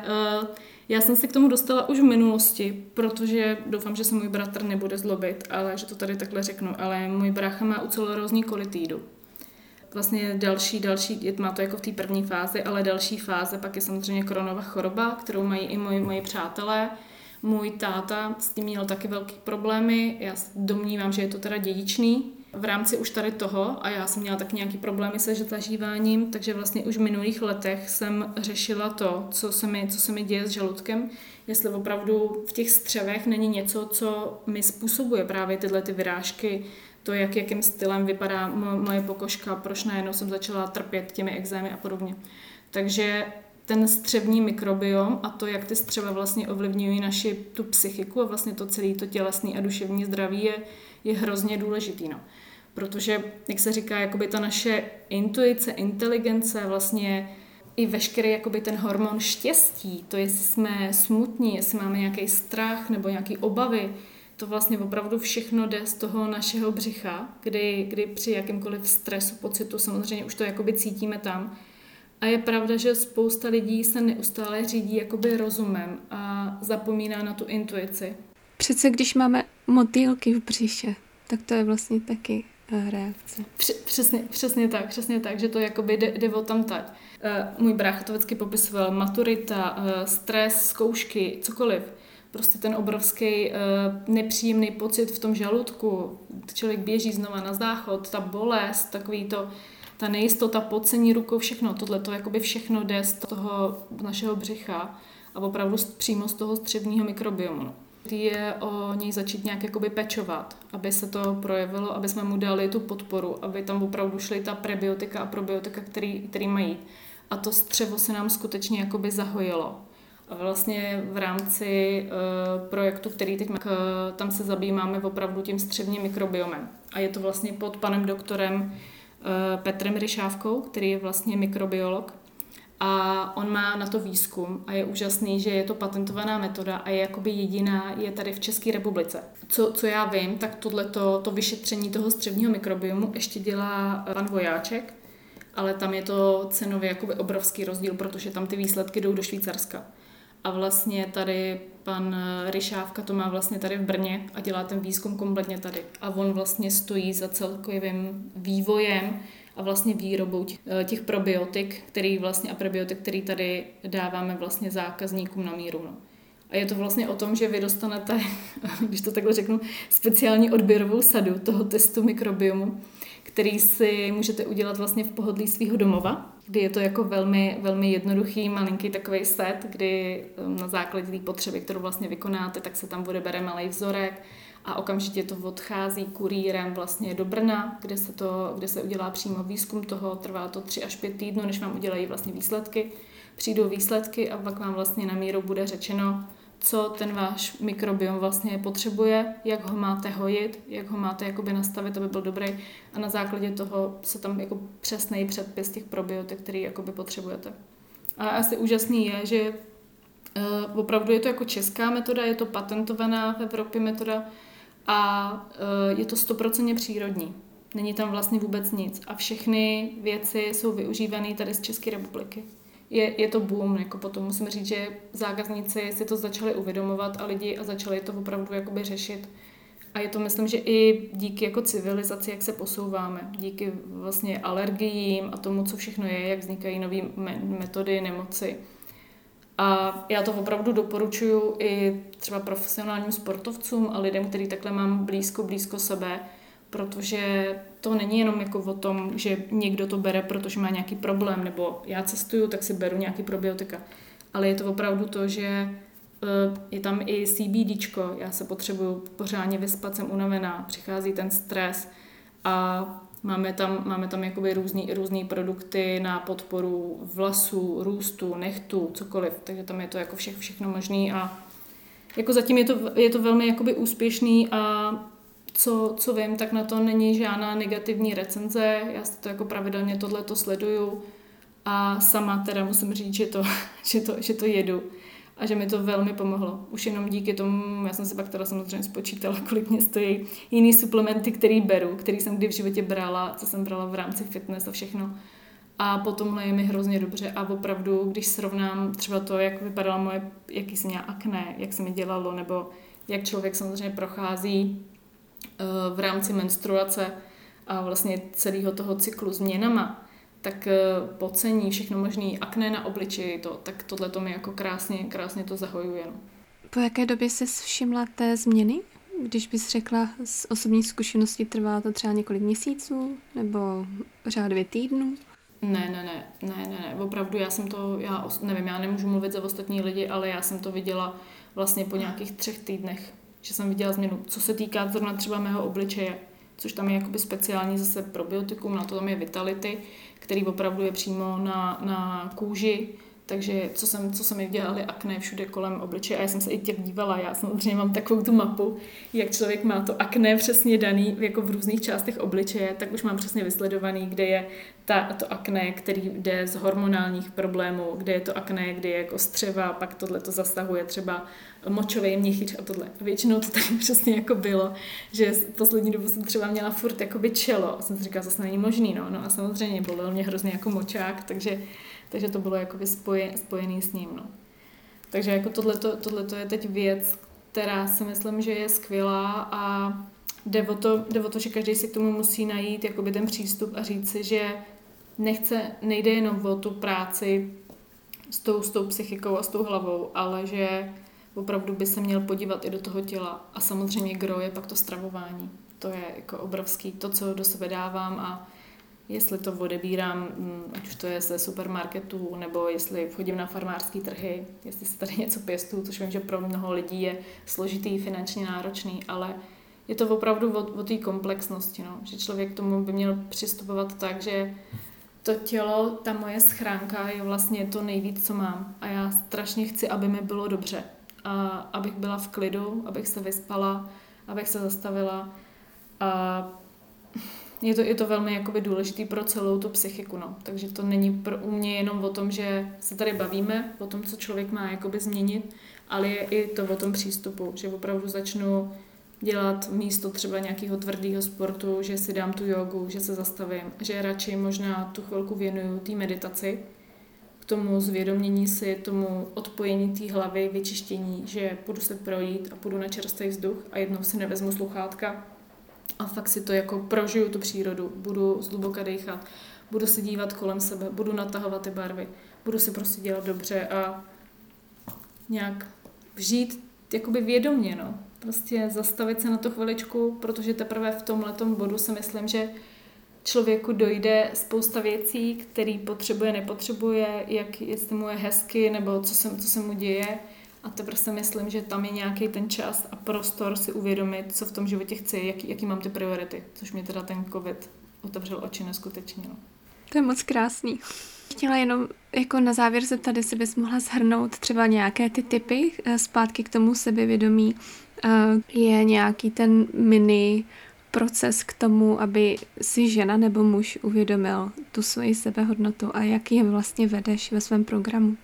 já jsem se k tomu dostala už v minulosti, protože doufám, že se můj bratr nebude zlobit, ale že to tady takhle řeknu, ale můj brácha má ucelorózní kolitídu. Vlastně další, má to jako v té první fázi, ale další fáze pak je samozřejmě Crohnova choroba, kterou mají i moji přátelé. Můj táta s tím měl taky velký problémy, já domnívám, že je to teda dědičný. V rámci už tady toho, a já jsem měla taky nějaký problémy se zažíváním, takže vlastně už v minulých letech jsem řešila to, co se mi děje s žaludkem, jestli opravdu v těch střevech není něco, co mi způsobuje právě tyhle ty vyrážky, to, jakým stylem vypadá moje pokožka, proč najednou jsem začala trpět těmi ekzémy a podobně. Takže ten střevní mikrobiom a to, jak ty střeva vlastně ovlivňují naši tu psychiku a vlastně to celé to tělesné a duševní zdraví je hrozně důležitý. No. Protože, jak se říká, jakoby ta naše intuice, inteligence, vlastně i veškerý jakoby ten hormon štěstí, to jestli jsme smutní, jestli máme nějaký strach nebo nějaké obavy, to vlastně opravdu všechno jde z toho našeho břicha, kdy při jakýmkoliv stresu, pocitu samozřejmě už to jakoby cítíme tam. A je pravda, že spousta lidí se neustále řídí jakoby rozumem a zapomíná na tu intuici. Přece když máme motýlky v břiše, tak to je vlastně taky reakce. Přesně tak, že to jakoby jde o tamtať. Můj brácha to vždycky popisoval, maturita, stres, zkoušky, cokoliv. Prostě ten obrovský nepříjemný pocit v tom žaludku, člověk běží znova na záchod, ta bolest, takový to, ta nejistota, pocení rukou, všechno, tohle to jakoby všechno jde z toho našeho břicha a opravdu přímo z toho střevního mikrobiomu. No. Je o něj začít nějak jakoby pečovat, aby se to projevilo, aby jsme mu dali tu podporu, aby tam opravdu šly ta prebiotika a probiotika, který mají. A to střevo se nám skutečně jakoby zahojilo. A vlastně v rámci projektu, který teď tam se zabýváme opravdu tím střevním mikrobiomem. A je to vlastně pod panem doktorem Petrem Ryšávkou, který je vlastně mikrobiolog. A on má na to výzkum a je úžasný, že je to patentovaná metoda a je jakoby jediná je tady v České republice. Co já vím, tak to vyšetření toho střevního mikrobiomu ještě dělá pan Vojáček, ale tam je to cenově jakoby obrovský rozdíl, protože tam ty výsledky jdou do Švýcarska. A vlastně tady pan Ryšávka to má vlastně tady v Brně a dělá ten výzkum kompletně tady. A on vlastně stojí za celkovým vývojem a vlastně výrobou těch probiotik, a prebiotik, který tady dáváme vlastně zákazníkům na míru. No. A je to vlastně o tom, že vy dostanete, když to takhle řeknu, speciální odběrovou sadu toho testu mikrobiomu, který si můžete udělat vlastně v pohodlí svého domova, kdy je to jako velmi, velmi jednoduchý, malinký takovej set, kdy na základě té potřeby, kterou vlastně vykonáte, tak se tam odebere malý vzorek a okamžitě to odchází kurýrem vlastně do Brna, kde se udělá přímo výzkum toho, trvá to 3 až 5 týdnů, než vám udělají vlastně výsledky. Přijdou výsledky a pak vám vlastně na míru bude řečeno, co ten váš mikrobiom vlastně potřebuje, jak ho máte hojit, jak ho máte jakoby nastavit, aby byl dobrý a na základě toho se tam jako přesnej předpis těch probiotik, který jakoby potřebujete. A asi úžasný je, že opravdu je to jako česká metoda, je to patentovaná v Evropě metoda a je to 100% přírodní. Není tam vlastně vůbec nic a všechny věci jsou využívané tady z České republiky. Je to boom, jako potom musím říct, že zákazníci si to začali uvědomovat a lidi a začali to opravdu jakoby řešit. A je to, myslím, že i díky jako civilizaci, jak se posouváme, díky vlastně alergiím a tomu, co všechno je, jak vznikají nové metody, nemoci. A já to opravdu doporučuji i třeba profesionálním sportovcům a lidem, který takhle mám blízko sebe, protože to není jenom jako o tom, že někdo to bere, protože má nějaký problém, nebo já cestuju, tak si beru nějaký probiotika. Ale je to opravdu to, že Je tam i CBDčko, já se potřebuju pořádně vyspat, jsem unavená, přichází ten stres a máme tam jakoby různý produkty na podporu vlasů, růstu, nechtů, cokoliv, takže tam je to jako všechno možný a jako zatím je to velmi jakoby úspěšný a co vím, tak na to není žádná negativní recenze, já si to jako pravidelně tohleto sleduju a sama teda musím říct, že to jedu a že mi to velmi pomohlo. Už jenom díky tomu, já jsem si pak teda samozřejmě spočítala, kolik mě stojí jiný suplementy, který beru, který jsem kdy v životě brala, co jsem brala v rámci fitness a všechno. A potom je mi hrozně dobře a opravdu, když srovnám třeba to, jak vypadala moje, jaký jsem měla akné, jak se mi dělalo, nebo jak člověk samozřejmě prochází v rámci menstruace a vlastně celého toho cyklu změnama, tak pocení všechno možný, akné na obličeji, tak tohle to mi jako krásně to zahojuje. No. Po jaké době jsi všimla té změny? Když bys řekla z osobní zkušenosti, trvá to třeba několik měsíců nebo řádově týdnů? Ne, opravdu já nevím, já nemůžu mluvit za ostatní lidi, ale já jsem to viděla vlastně po nějakých 3 týdnech, že jsem viděla změnu. Co se týká zrovna třeba mého obličeje, což tam je jakoby speciální zase probiotikum, na to tam je Vitality, který opravdu je přímo na kůži, takže co se mi dělali akné všude kolem obličeje a já jsem se i těch dívala, já samozřejmě mám takovou tu mapu, jak člověk má to akné přesně daný jako v různých částech obličeje, tak už mám přesně vysledovaný, kde je to akné, který jde z hormonálních problémů, kde je to akné, kde je jako střeva, pak tohle to zasahuje třeba močový měchýř a tohle. A většinou to tak přesně jako bylo, že poslední dobu jsem třeba měla furt jakoby čelo a jsem si říkala, zase není možný, no a samozřejmě bolel mě hrozně jako močák, takže to bylo jakoby spojený s ním, no. Takže jako tohleto je teď věc, která si myslím, že je skvělá a jde o to, že každý si k tomu musí najít jakoby ten přístup a říct si, že nejde jenom o tu práci s tou psychikou a s tou hlavou, ale že opravdu by se měl podívat i do toho těla a samozřejmě gro je pak to stravování. To je jako obrovský, to, co do sebe dávám a jestli to odebírám, ať už to je ze supermarketů, nebo jestli chodím na farmářské trhy, jestli si tady něco pěstuju, což vím, že pro mnoho lidí je složitý, finančně náročný, ale je to opravdu o té komplexnosti, no? Že člověk k tomu by měl přistupovat tak, že to tělo, ta moje schránka je vlastně to nejvíc, co mám a já strašně chci, aby mi bylo dobře a abych byla v klidu, abych se vyspala, abych se zastavila a je to velmi jakoby důležitý pro celou tu psychiku, no. Takže to není u mě jenom o tom, že se tady bavíme, o tom, co člověk má jakoby změnit, ale je i to o tom přístupu, že opravdu začnu dělat místo třeba nějakého tvrdého sportu, že si dám tu jogu, že se zastavím, že radši možná tu chvilku věnuju té meditaci, k tomu zvědomění si, tomu odpojení té hlavy, vyčištění, že půjdu se projít a půjdu na čerstvý vzduch a jednou si nevezmu sluchátka a fakt si to jako prožiju tu přírodu, budu zhluboka dýchat, budu se dívat kolem sebe, budu natahovat ty barvy, budu si prostě dělat dobře a nějak žít jakoby vědomě, no. Prostě zastavit se na to chviličku, protože teprve v tomhletom bodu si myslím, že člověku dojde spousta věcí, který potřebuje, nepotřebuje, jestli mu je hezky, nebo co se mu děje. A teprve si myslím, že tam je nějaký ten čas a prostor si uvědomit, co v tom životě chci, jaký mám ty priority. Což mě teda ten covid otevřel oči neskutečně. No. To je moc krásný. Chtěla jenom jako na závěr zeptat, jestli bys mohla shrnout třeba nějaké ty tipy zpátky k tomu sebevědomí. Je nějaký ten mini proces k tomu, aby si žena nebo muž uvědomil tu svoji sebehodnotu a jak je vlastně vedeš ve svém programu?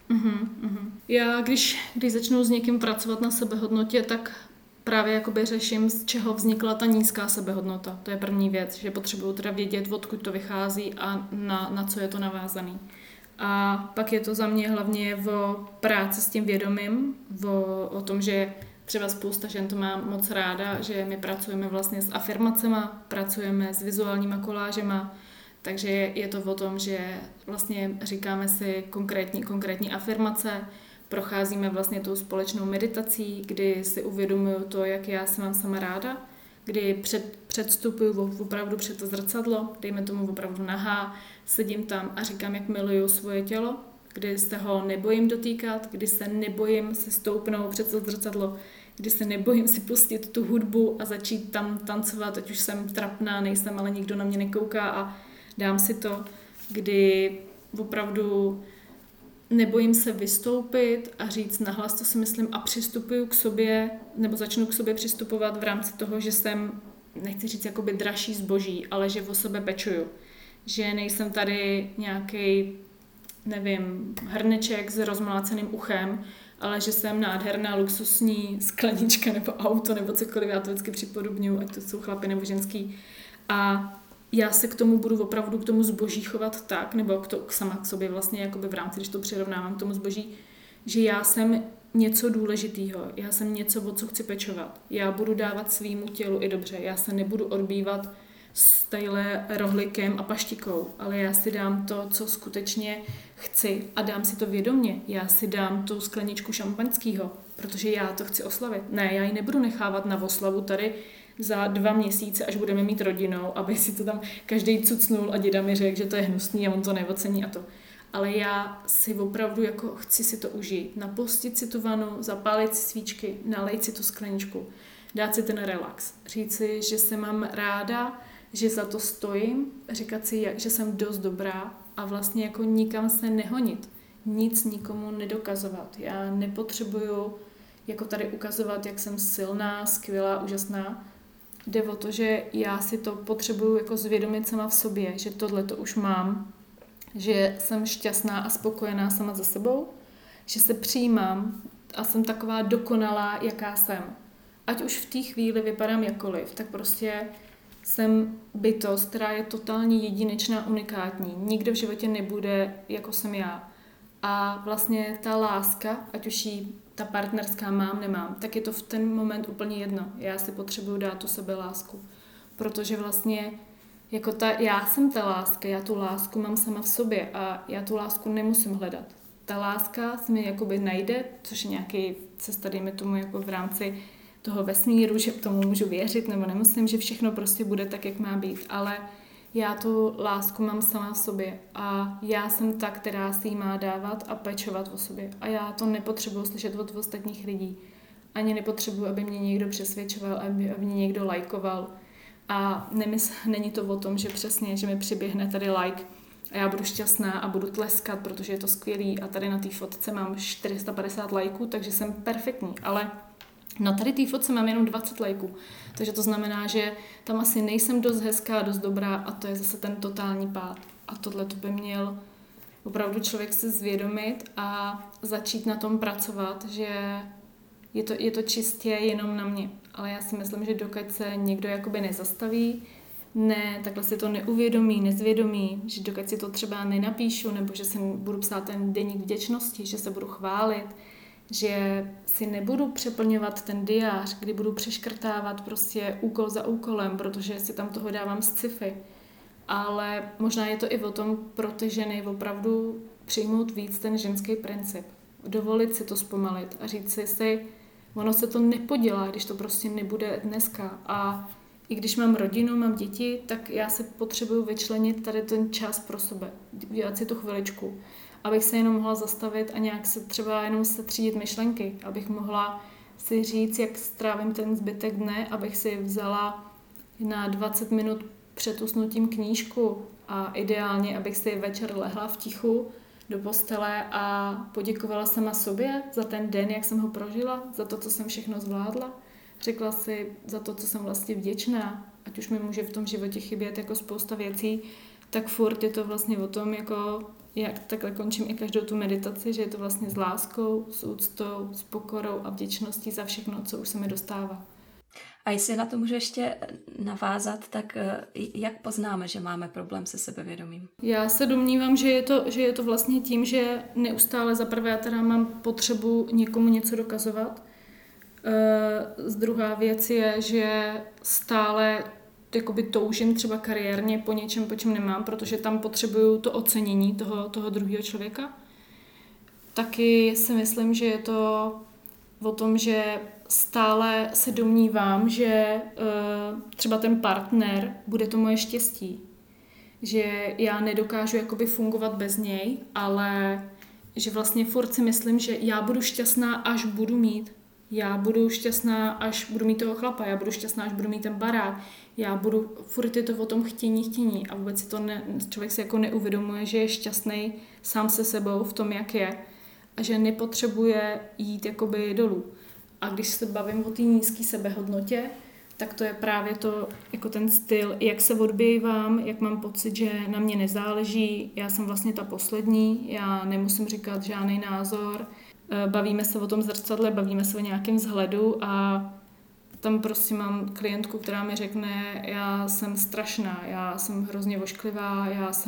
Já, když začnu s někým pracovat na sebehodnotě, tak právě jakoby řeším, z čeho vznikla ta nízká sebehodnota. To je první věc, že potřebuju teda vědět, odkud to vychází a na co je to navázaný. A pak je to za mě hlavně o práci s tím vědomím, o tom, že třeba spousta žen to má moc ráda, že my pracujeme vlastně s afirmacema, pracujeme s vizuálníma kolážema, takže je to o tom, že vlastně říkáme si konkrétní afirmace, procházíme vlastně tou společnou meditací, kdy si uvědomuju to, jak já se mám sama ráda, kdy předstupuju opravdu před to zrcadlo, dejme tomu opravdu nahá, sedím tam a říkám, jak miluju svoje tělo kdy se ho nebojím dotýkat, kdy se nebojím si stoupnout před to zrcadlo, kdy se nebojím si pustit tu hudbu a začít tam tancovat, ať už jsem trapná, nejsem, ale nikdo na mě nekouká a dám si to, kdy opravdu nebojím se vystoupit a říct nahlas, co si myslím a přistupuju k sobě, nebo začnu k sobě přistupovat v rámci toho, že jsem, nechci říct jakoby dražší zboží, ale že o sebe pečuju. Že nejsem tady nějaký, nevím, hrneček s rozmláceným uchem, ale že jsem nádherná luxusní sklenička nebo auto nebo cokoliv, já to vždycky připodobňuji, ať to jsou chlapi nebo ženský. A já se k tomu budu opravdu k tomu zboží chovat tak, nebo sama k sobě vlastně jakoby v rámci, když to přirovnávám k tomu zboží, že já jsem něco důležitého, já jsem něco, o co chci pečovat. Já budu dávat svýmu tělu i dobře, já se nebudu odbývat s tadyhle rohlikem a paštikou, ale já si dám to, co skutečně chci a dám si to vědomě. Já si dám tu skleničku šampaňského, protože já to chci oslavit. Ne, já ji nebudu nechávat na oslavu tady za 2 měsíce, až budeme mít rodinou, aby si to tam každý cucnul a děda mi řekl, že to je hnusný a on to neocení a to. Ale já si opravdu jako chci si to užít. Napustit si tu vanu, zapálit si svíčky, nalejt si tu skleničku, dát si ten relax. Říct si, že se mám ráda, že za to stojím, říkat si, že jsem dost dobrá a vlastně jako nikam se nehonit. Nic nikomu nedokazovat. Já nepotřebuju jako tady ukazovat, jak jsem silná, skvělá, úžasná. Jde o to, že já si to potřebuju jako zvědomit sama v sobě, že tohle to už mám, že jsem šťastná a spokojená sama za sebou, že se přijímám a jsem taková dokonalá, jaká jsem. Ať už v té chvíli vypadám jakkoliv, tak prostě jsem bytost, která je totálně jedinečná, unikátní. Nikdo v životě nebude, jako jsem já. A vlastně ta láska, ať už ji ta partnerská mám, nemám, tak je to v ten moment úplně jedno. Já si potřebuju dát tu sebelásku. Protože vlastně jako já jsem ta láska, já tu lásku mám sama v sobě a já tu lásku nemusím hledat. Ta láska se mi jakoby najde, což je nějaký cesta, dejme tomu jako v rámci toho vesmíru, že tomu můžu věřit nebo nemusím, že všechno prostě bude tak, jak má být. Ale já tu lásku mám sama v sobě a já jsem ta, která si ji má dávat a pečovat o sobě. A já to nepotřebuji slyšet od ostatních lidí. Ani nepotřebuji, aby mě někdo přesvědčoval, aby mě někdo lajkoval. A není to o tom, že přesně, že mi přiběhne tady like a já budu šťastná a budu tleskat, protože je to skvělý a tady na té fotce mám 450 lajků, takže jsem perfektní. Ale na tady té fotce mám jenom 20 lajků, takže to znamená, že tam asi nejsem dost hezká, dost dobrá a to je zase ten totální pád. A tohle to by měl opravdu člověk si zvědomit a začít na tom pracovat, že je to čistě jenom na mě. Ale já si myslím, že dokud se někdo jakoby nezastaví, takhle si to neuvědomí, nezvědomí, že dokud si to třeba nenapíšu, nebo že si budu psát ten deník vděčnosti, že se budu chválit, že si nebudu přeplňovat ten diář, kdy budu přeškrtávat prostě úkol za úkolem, protože si tam toho dávám sci-fi. Ale možná je to i o tom pro ty ženy opravdu přijmout víc ten ženský princip. Dovolit si to zpomalit a říct si, ono se to nepodělá, když to prostě nebude dneska. A i když mám rodinu, mám děti, tak já se potřebuju vyčlenit tady ten čas pro sebe. Dělat si tu chviličku. Abych se jenom mohla zastavit a nějak se třeba jenom setřídit myšlenky. Abych mohla si říct, jak strávím ten zbytek dne, abych si vzala na 20 minut před usnutím knížku a ideálně, abych si večer lehla v tichu do postele a poděkovala sama sobě za ten den, jak jsem ho prožila, za to, co jsem všechno zvládla. Řekla si za to, co jsem vlastně vděčná, ať už mi může v tom životě chybět jako spousta věcí, tak furt je to vlastně o tom, jako jak takhle končím i každou tu meditaci, že je to vlastně s láskou, s úctou, s pokorou a vděčností za všechno, co už se mi dostává. A jestli na to můžu ještě navázat, tak jak poznáme, že máme problém se sebevědomím? Já se domnívám, že je to vlastně tím, že neustále zaprvé já teda mám potřebu někomu něco dokazovat. Druhá věc je, že stále jakoby toužím třeba kariérně po něčem, po čem nemám, protože tam potřebuju to ocenění toho druhého člověka. Taky si myslím, že je to o tom, že stále se domnívám, že třeba ten partner bude to moje štěstí. Že já nedokážu jakoby fungovat bez něj, ale že vlastně furt si myslím, že já budu šťastná, až budu mít. Já budu šťastná, až budu mít toho chlapa, já budu šťastná, až budu mít ten barák. Furt je to o tom chtění a vůbec si to člověk si jako neuvědomuje, že je šťastný sám se sebou v tom, jak je a že nepotřebuje jít jakoby dolů. A když se bavím o té nízké sebehodnotě, tak to je právě to, jako ten styl, jak se odbývám, jak mám pocit, že na mě nezáleží, já jsem vlastně ta poslední, já nemusím říkat žádný názor, bavíme se o tom zrcadle, bavíme se o nějakém vzhledu a tam prostě mám klientku, která mi řekne, já jsem strašná, já jsem hrozně ošklivá,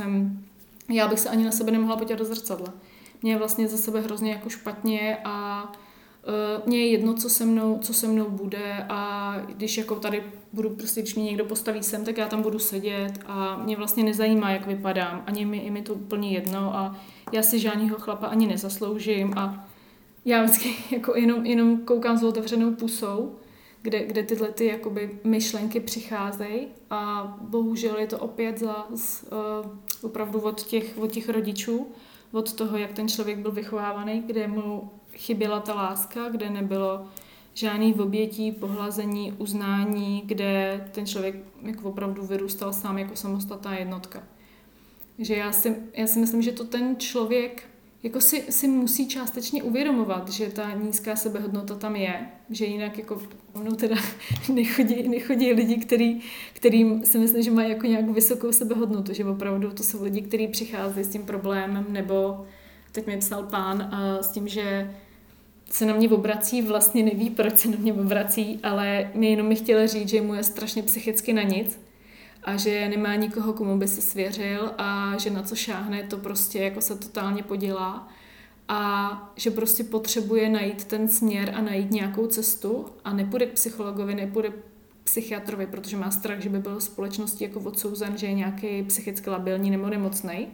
já bych se ani na sebe nemohla podívat do zrcadla. Mě je vlastně za sebe hrozně jako špatně a mně je jedno, co se mnou bude a když jako tady budu prostě, když mě někdo postaví sem, tak já tam budu sedět a mě vlastně nezajímá, jak vypadám, ani mi to úplně jedno a já si žádnýho chlapa ani nezasloužím a já vždycky jako jenom koukám s otevřenou pusou, kde tyhle ty jakoby myšlenky přicházejí a bohužel je to opět opravdu od těch rodičů, od toho, jak ten člověk byl vychovávaný, kde mu chyběla ta láska, kde nebylo žádný obětí, pohlazení, uznání, kde ten člověk jako opravdu vyrůstal sám jako samostatná jednotka. Že já si myslím, že to ten člověk jako si musí částečně uvědomovat, že ta nízká sebehodnota tam je, že jinak jako teda nechodí lidi, kterým si myslím, že mají jako nějakou vysokou sebehodnotu, že opravdu to jsou lidi, kteří přicházejí s tím problémem, nebo teď mi psal pán s tím, že se na mě obrací, vlastně neví, proč se na mě obrací, ale jenom mi chtěl říct, že mu je strašně psychicky na nic a že nemá nikoho, komu by se svěřil a že na co šáhne, to prostě jako se totálně podělá a že prostě potřebuje najít ten směr a najít nějakou cestu a nepůjde k psychologovi, nepůjde k psychiatrovi, protože má strach, že by byl v společnosti jako odsouzen, že je nějaký psychicky labilní nebo nemocnej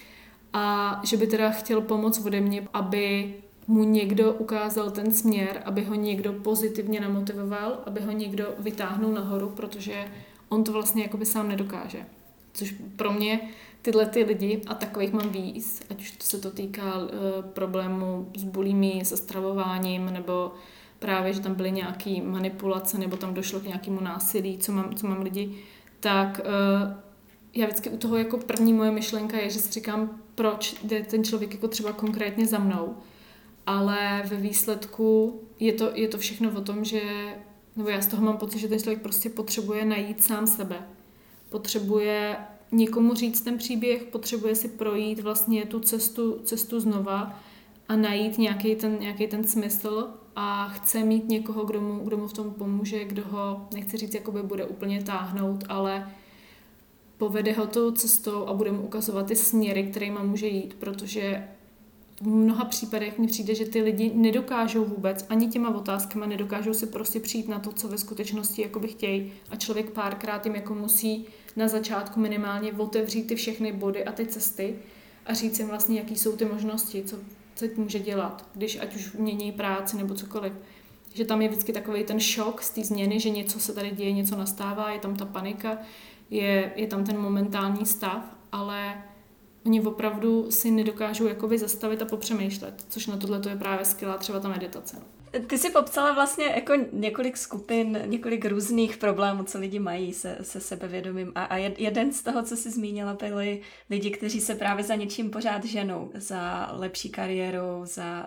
a že by teda chtěl pomoct ode mě, aby mu někdo ukázal ten směr, aby ho někdo pozitivně namotivoval, aby ho někdo vytáhnul nahoru, protože on to vlastně jakoby sám nedokáže. Což pro mě tyhle ty lidi, a takových mám víc, ať už se to týká problému s bulimií, se stravováním, nebo právě, že tam byly nějaké manipulace, nebo tam došlo k nějakému násilí, co mám lidi, tak já vždycky u toho jako první moje myšlenka je, že si říkám, proč jde ten člověk jako třeba konkrétně za mnou. Ale ve výsledku je to všechno o tom, že nebo já z toho mám pocit, že ten člověk prostě potřebuje najít sám sebe. Potřebuje někomu říct ten příběh, potřebuje si projít vlastně tu cestu znova a najít nějaký ten smysl a chce mít někoho, kdo mu v tom pomůže, kdo ho, nechci říct, jakoby bude úplně táhnout, ale povede ho tou cestou a bude mu ukazovat ty směry, kterýma může jít, protože v mnoha případech mi přijde, že ty lidi nedokážou vůbec, ani těma otázkama nedokážou si prostě přijít na to, co ve skutečnosti jakoby chtějí a člověk párkrát jim jako musí na začátku minimálně otevřít ty všechny body a ty cesty a říct jim vlastně, jaký jsou ty možnosti, co může dělat, když ať už mění práci nebo cokoliv. Že tam je vždycky takový ten šok z té změny, že něco se tady děje, něco nastává, je tam ta panika, je tam ten momentální stav, ale oni opravdu si nedokážou jakoby zastavit a popřemýšlet, což na tohle je právě skvělá třeba ta meditace. Ty jsi popsala vlastně jako několik skupin, několik různých problémů, co lidi mají se sebevědomím a jeden z toho, co jsi zmínila, byli lidi, kteří se právě za něčím pořád ženou, za lepší kariérou,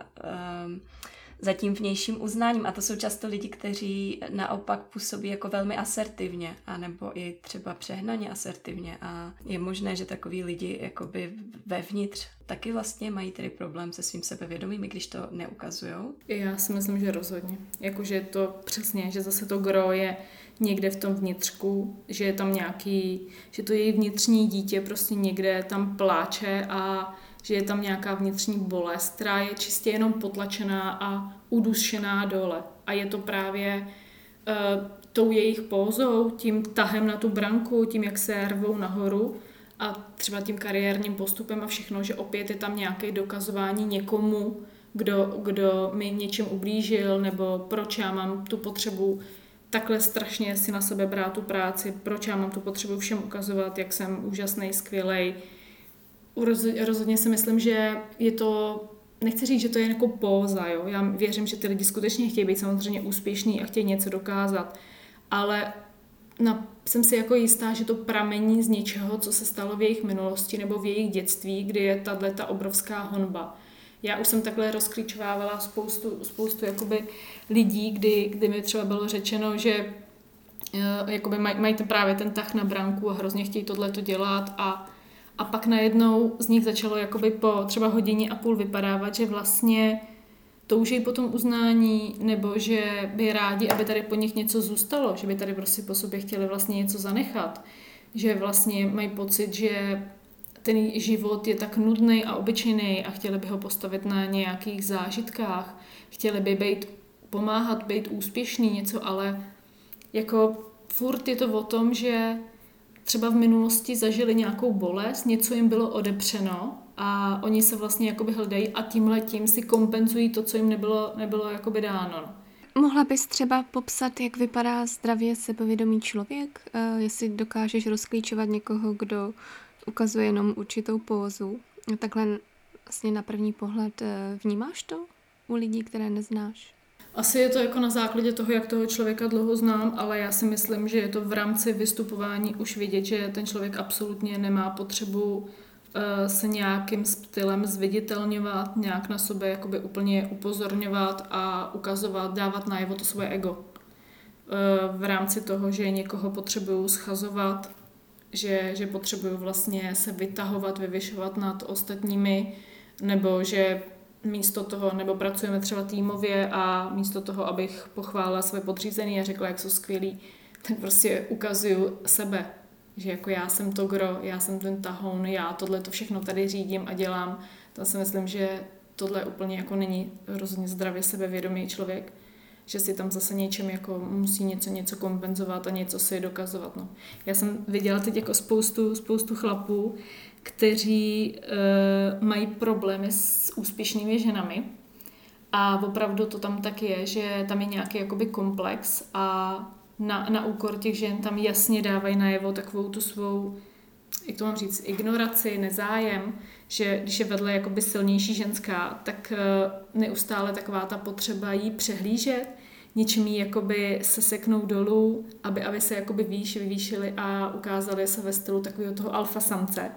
za tím vnějším uznáním a to jsou často lidi, kteří naopak působí jako velmi asertivně anebo i třeba přehnaně asertivně a je možné, že takoví lidi jakoby vevnitř taky vlastně mají tedy problém se svým sebevědomím, i když to neukazujou. Já si myslím, že rozhodně. Jakože to přesně, že zase to gro je někde v tom vnitřku, že je tam že to její vnitřní dítě prostě někde tam pláče a že je tam nějaká vnitřní bolest, která je čistě jenom potlačená a udušená dole. A je to právě tou jejich pózou, tím tahem na tu branku, tím, jak se rvou nahoru a třeba tím kariérním postupem a všechno, že opět je tam nějaké dokazování někomu, kdo mi něčím ublížil, nebo proč já mám tu potřebu takhle strašně si na sebe brát tu práci, proč já mám tu potřebu všem ukazovat, jak jsem úžasný, skvělej. Rozhodně si myslím, že je to nechci říct, že to je jako póza, jo. Já věřím, že ty lidi skutečně chtějí být samozřejmě úspěšní a chtějí něco dokázat, ale jsem si jako jistá, že to pramení z něčeho, co se stalo v jejich minulosti nebo v jejich dětství, kdy je ta obrovská honba. Já už jsem takhle rozklíčovávala spoustu jakoby lidí, kdy mi třeba bylo řečeno, že jakoby mají právě ten tah na branku a hrozně chtějí tohleto dělat a pak najednou z nich začalo jakoby po třeba hodině a půl vypadávat, že vlastně touží po tom uznání, nebo že by rádi, aby tady po nich něco zůstalo, že by tady prostě po sobě chtěli vlastně něco zanechat, že vlastně mají pocit, že ten život je tak nudný a obyčejný a chtěli by ho postavit na nějakých zážitkách, chtěli by pomáhat, být úspěšný, něco, ale jako furt je to o tom, že třeba v minulosti zažili nějakou bolest, něco jim bylo odepřeno a oni se vlastně jakoby hledají a tímhletím si kompenzují to, co jim nebylo jakoby dáno. Mohla bys třeba popsat, jak vypadá zdravě sebevědomý člověk? Jestli dokážeš rozklíčovat někoho, kdo ukazuje jenom určitou pózu. Takhle vlastně na první pohled vnímáš to u lidí, které neznáš? Asi je to jako na základě toho, jak toho člověka dlouho znám, ale já si myslím, že je to v rámci vystupování už vidět, že ten člověk absolutně nemá potřebu se nějakým stylem zviditelňovat, nějak na sobě jakoby úplně upozorňovat a ukazovat, dávat najevo to svoje ego. V rámci toho, že někoho potřebuju schazovat, že potřebuju vlastně se vytahovat, vyvyšovat nad ostatními, nebo že místo toho, nebo pracujeme třeba týmově a místo toho, abych pochválila své podřízený a řekla, jak jsou skvělí, tak prostě ukazuju sebe, že jako já jsem to gro, já jsem ten tahoun, já tohle to všechno tady řídím a dělám. To si myslím, že tohle úplně jako není hrozně zdravě sebevědomý člověk, že si tam zase něčem jako musí něco kompenzovat a něco si dokazovat. No. Já jsem viděla teď jako spoustu chlapů, kteří mají problémy s úspěšnými ženami a opravdu to tam tak je, že tam je nějaký jakoby komplex a na úkor těch žen tam jasně dávají najevo takovou tu svou, jak to mám říct, ignoraci, nezájem, že když je vedle jakoby silnější ženská, tak neustále taková ta potřeba jí přehlížet, něčím jí jakoby se seknou dolů, aby se jakoby vyvýšili a ukázali se ve stylu takového toho alfa samce.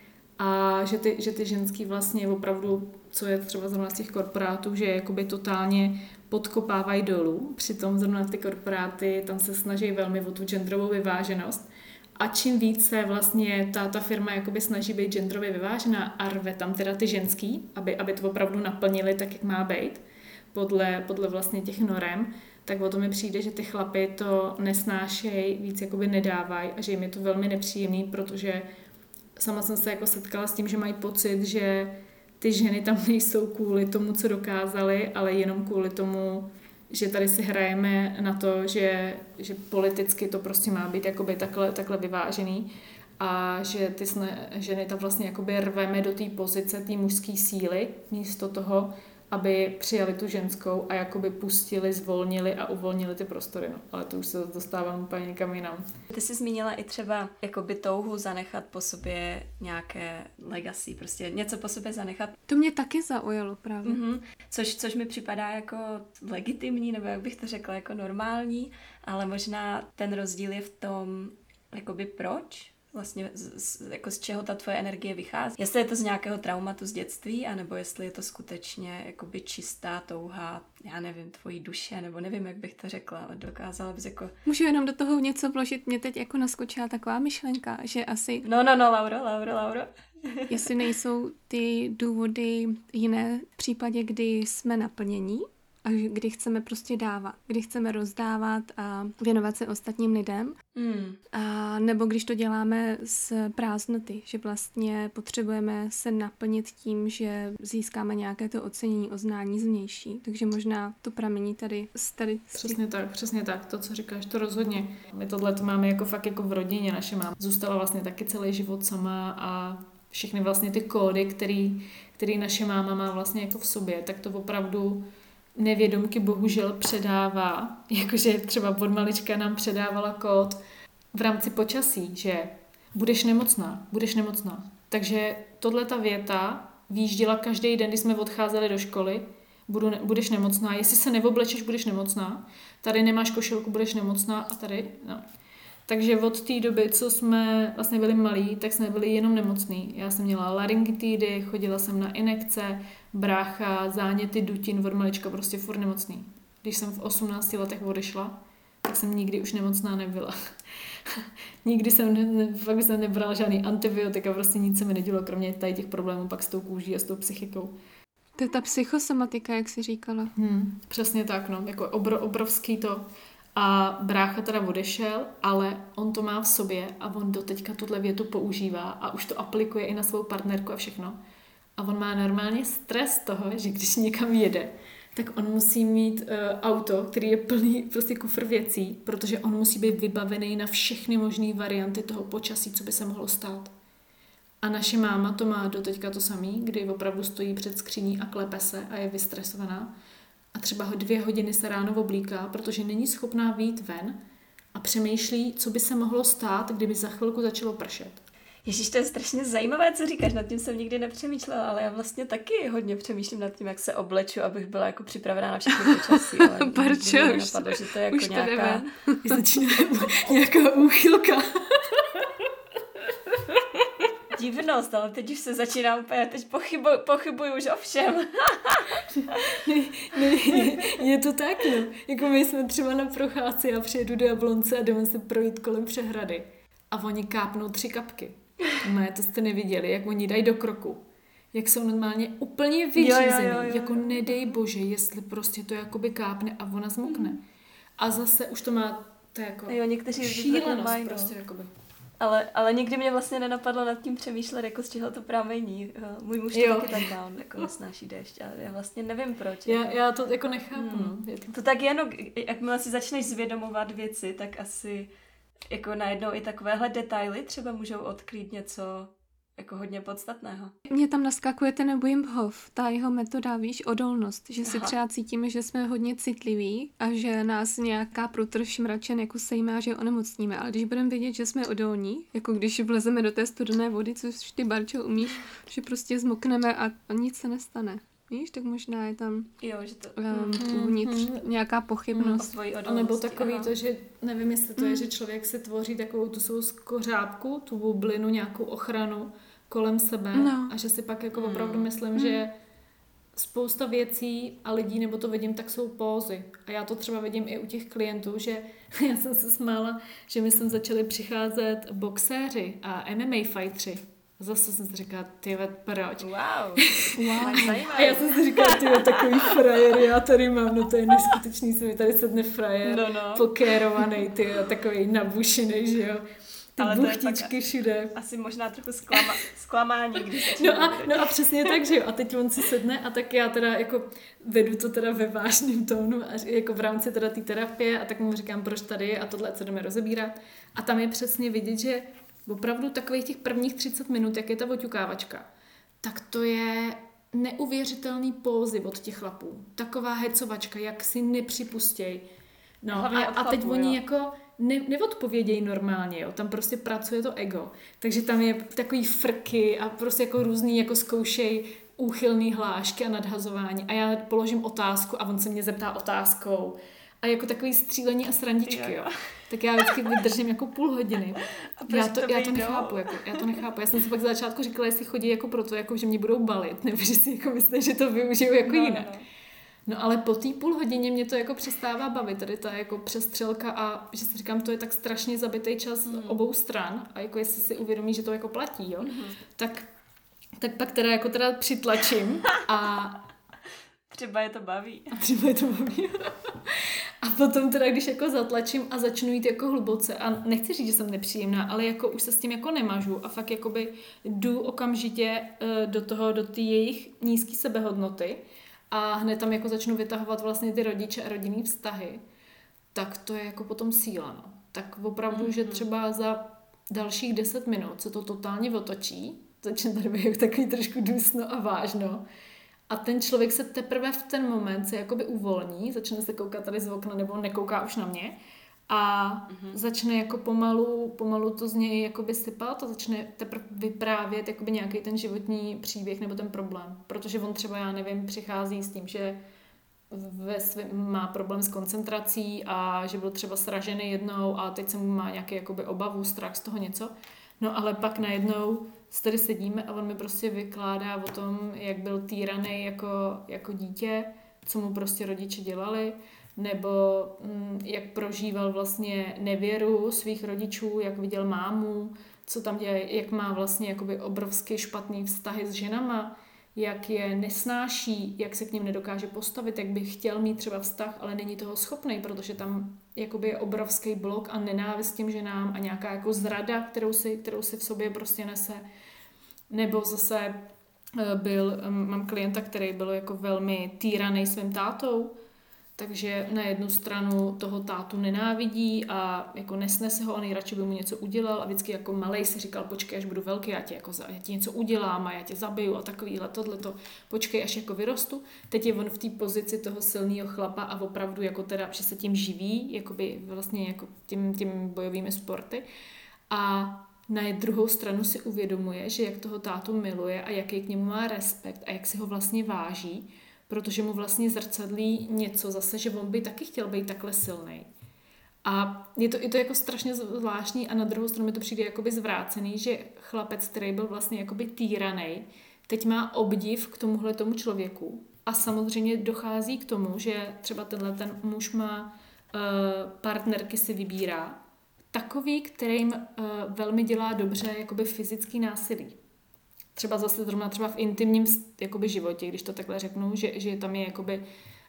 A že ty ženský vlastně opravdu, co je třeba zrovna z těch korporátů, že jakoby totálně podkopávají dolů. Přitom zrovna ty korporáty tam se snaží velmi o tu genderovou vyváženost. A čím více vlastně ta firma jakoby snaží být genderově vyvážená a rve tam teda ty ženský, aby to opravdu naplnili tak, jak má být, podle vlastně těch norem, tak o to mi přijde, že ty chlapy to nesnášejí, víc jakoby nedávají a že jim je to velmi nepříjemný, protože sama jsem se jako setkala s tím, že mají pocit, že ty ženy tam nejsou kvůli tomu, co dokázali, ale jenom kvůli tomu, že tady si hrajeme na to, že politicky to prostě má být jakoby takhle vyvážený a že ty ženy tam vlastně jakoby rveme do té pozice, té mužské síly, místo toho, aby přijali tu ženskou a jakoby pustili, zvolnili a uvolnili ty prostory. No. Ale to už se dostávám úplně někam jinam. Ty jsi zmínila i třeba jakoby touhu zanechat po sobě nějaké legacy, prostě něco po sobě zanechat. To mě taky zaujalo právě. Mm-hmm. Což mi připadá jako legitimní, nebo jak bych to řekla, jako normální, ale možná ten rozdíl je v tom, jakoby proč? Vlastně jako z čeho ta tvoje energie vychází. Jestli je to z nějakého traumatu z dětství, anebo jestli je to skutečně jakoby čistá touha, já nevím, tvojí duše, nebo nevím, jak bych to řekla, ale dokázala bys jako... Můžu jenom do toho něco vložit? Mě teď jako naskočila taková myšlenka, že asi... No, Lauro. Jestli nejsou ty důvody jiné v případě, kdy jsme naplnění, a kdy chceme prostě dávat, kdy chceme rozdávat a věnovat se ostatním lidem. A nebo když to děláme z prázdnoty, že vlastně potřebujeme se naplnit tím, že získáme nějaké to ocenění, uznání zvnější. Takže možná to pramení tady. Přesně tak, to, co říkáš, to rozhodně. My tohle to máme jako fakt jako v rodině, naše máma zůstala vlastně taky celý život sama a všechny vlastně ty kódy, který naše máma má vlastně jako v sobě, tak to opravdu nevědomky bohužel předává, jakože třeba od malička nám předávala kód v rámci počasí, že budeš nemocná. Takže tohle ta věta výjížděla každý den, když jsme odcházeli do školy, budeš nemocná, jestli se neoblečeš, budeš nemocná, tady nemáš košilku, budeš nemocná a tady, no. Takže od té doby, co jsme vlastně byli malí, tak jsme byli jenom nemocní. Já jsem měla laryngitidy, chodila jsem na injekce, brácha, záněty, dutin, od malička prostě furt nemocný. Když jsem v 18 letech odešla, tak jsem nikdy už nemocná nebyla. Nikdy fakt jsem nebrala žádný antibiotika, prostě nic se mi nedělo, kromě tady těch problémů pak s tou kůží a s tou psychikou. To je ta psychosomatika, jak jsi říkala. Přesně tak, no, jako obrovský to. A brácha teda odešel, ale on to má v sobě a on doteďka tuhle větu používá a už to aplikuje i na svou partnerku a všechno. A on má normálně stres z toho, že když někam jede, tak on musí mít auto, který je plný prostě kufr věcí, protože on musí být vybavený na všechny možné varianty toho počasí, co by se mohlo stát. A naše máma to má doteďka to samý, kdy opravdu stojí před skříní a klepe se a je vystresovaná. A třeba 2 hodiny se ráno oblíká, protože není schopná vyjít ven a přemýšlí, co by se mohlo stát, kdyby za chvilku začalo pršet. Ježíš, to je strašně zajímavé, co říkáš, nad tím jsem nikdy nepřemýšlela, ale já vlastně taky hodně přemýšlím nad tím, jak se obleču, abych byla jako připravená na všechny počasí. Barčo, už napadlo, že to je jako už nějaká... nějaká úchylka. Divnost, ale teď už se začínám úplně, teď pochybuju už o všem. Je to tak, no. Jako my jsme třeba na procházce, já přijedu do Jablonce a jdeme se projít kolem přehrady. A oni kápnou 3 kapky. To jste neviděli, jak oni dají do kroku. Jak jsou normálně úplně vyřízený. Jako nedej bože, jestli prostě to jakoby kápne a ona zmokne. A zase už to má to jako šílenost prostě jakoby. Ale nikdy mě vlastně nenapadlo nad tím přemýšlet, jako z čeho to pramení. Můj muž to taky tak má, on jako nesnáší déšť. A já vlastně nevím proč. Já to jako nechápu. To tak jen, jakmile si začneš zvědomovat věci, tak asi jako najednou i takovéhle detaily třeba můžou odkrýt něco jako hodně podstatného. Mně tam naskakuje ten Wim Hof, ta jeho metoda, víš, odolnost, že si třeba cítíme, že jsme hodně citliví a že nás nějaká průtrž mračen jako sejme a že onemocníme, ale když budeme vědět, že jsme odolní, jako když vlezeme do té studené vody, což ty, Barčo, umíš, že prostě zmokneme a nic se nestane. Víš, tak možná je tam že to... uvnitř nějaká pochybnost. A nebo takový to, že nevím, jestli to je, že člověk si tvoří takovou tu svou skořápku, tu bublinu, nějakou ochranu kolem sebe a že si pak jako opravdu myslím, že spousta věcí a lidí, nebo to vidím, tak jsou pózy. A já to třeba vidím i u těch klientů, že já jsem se smála, že mi sem začali přicházet boxéři a MMA fightři. Zase jsem si říkala, proč? Wow. A já jsem si říkala, takový frajer, já tady mám, to je neskutečný, se mi tady sedne frajer, pokérovaný, takový nabušený, že jo. Ty buchtičky všude. Asi možná trochu zklamání, když no a přesně tak, že jo. A teď on si sedne a tak já teda jako vedu to teda ve vážném tónu a jako v rámci teda té terapie a tak mu říkám, proč tady a tohle, co jdeme rozebírat. A tam je přesně vidět, že opravdu takových těch prvních 30 minut, jak je ta oťukávačka, tak to je neuvěřitelný pózy od těch chlapů. Taková hecovačka, jak si nepřipustěj. No a teď oni jako neodpovědějí normálně, jo. Tam prostě pracuje to ego. Takže tam je takový frky a prostě jako různý jako zkoušej úchylný hlášky a nadhazování. A já položím otázku a on se mě zeptá otázkou. A jako takový střílení a srandičky, jo. Tak já vždycky vydržím jako půl hodiny. Já to nechápu, já to nechápu. Já jsem si pak za začátku říkala, jestli chodí jako proto, jako že mě budou balit, nebo že si jako myslí, že to využiju jako jinak. No ale po té půl hodině mě to jako přestává bavit, tady ta jako přestřelka a že si říkám, to je tak strašně zabitý čas obou stran a jako jestli si uvědomí, že to jako platí, jo, tak pak teda přitlačím a třeba je to baví. A potom teda, když jako zatlačím a začnu jít jako hluboce a nechci říct, že jsem nepříjemná, ale jako už se s tím jako nemažu a fakt jakoby jdu okamžitě do té jejich nízké sebehodnoty a hned tam jako začnu vytahovat vlastně ty rodiče a rodinný vztahy, tak to je jako potom síla, no. Tak opravdu, že třeba za dalších 10 minut se to totálně otočí, začne tady být takový trošku dusno a vážno. A ten člověk se teprve v ten moment se jakoby uvolní, začne se koukat tady z okna nebo nekouká už na mě a začne jako pomalu to z něj jakoby sypat a začne teprve vyprávět jakoby nějaký ten životní příběh nebo ten problém. Protože on třeba, já nevím, přichází s tím, že má problém s koncentrací a že byl třeba sražený jednou a teď se mu má nějaký jakoby obavu, strach z toho něco. No ale pak najednou tady sedíme a on mi prostě vykládá o tom, jak byl týraný jako dítě, co mu prostě rodiče dělali, nebo jak prožíval vlastně nevěru svých rodičů, jak viděl mámu, co tam dělá, jak má vlastně jakoby obrovsky špatný vztahy s ženama, jak je nesnáší, jak se k nim nedokáže postavit, jak by chtěl mít třeba vztah, ale není toho schopný, protože tam jakoby je obrovský blok a nenávist těm ženám a nějaká jako zrada, kterou si v sobě prostě nese. Nebo zase mám klienta, který byl jako velmi týraný svým tátou, takže na jednu stranu toho tátu nenávidí a jako nesnese ho a nejradši by mu něco udělal a vždycky jako malej si říkal, počkej, až budu velký, já ti něco udělám a já tě zabiju a takovýhle, tohleto, počkej, až jako vyrostu. Teď je on v té pozici toho silného chlapa a opravdu jako teda, že se tím živí, jakoby vlastně jako tím bojovými sporty a na druhou stranu si uvědomuje, že jak toho tátu miluje a jaký k němu má respekt a jak si ho vlastně váží, protože mu vlastně zrcadlí něco zase, že on by taky chtěl být takhle silnej. A je to jako strašně zvláštní a na druhou stranu mi to přijde jakoby zvrácený, že chlapec, který byl vlastně jakoby týranej, teď má obdiv k tomuhle tomu člověku. A samozřejmě dochází k tomu, že třeba ten muž má partnerky si vybírá, takový, kterým velmi dělá dobře jakoby fyzický násilí. Třeba zase zrovna třeba v intimním jakoby životě, když to takhle řeknu, že tam je jakoby,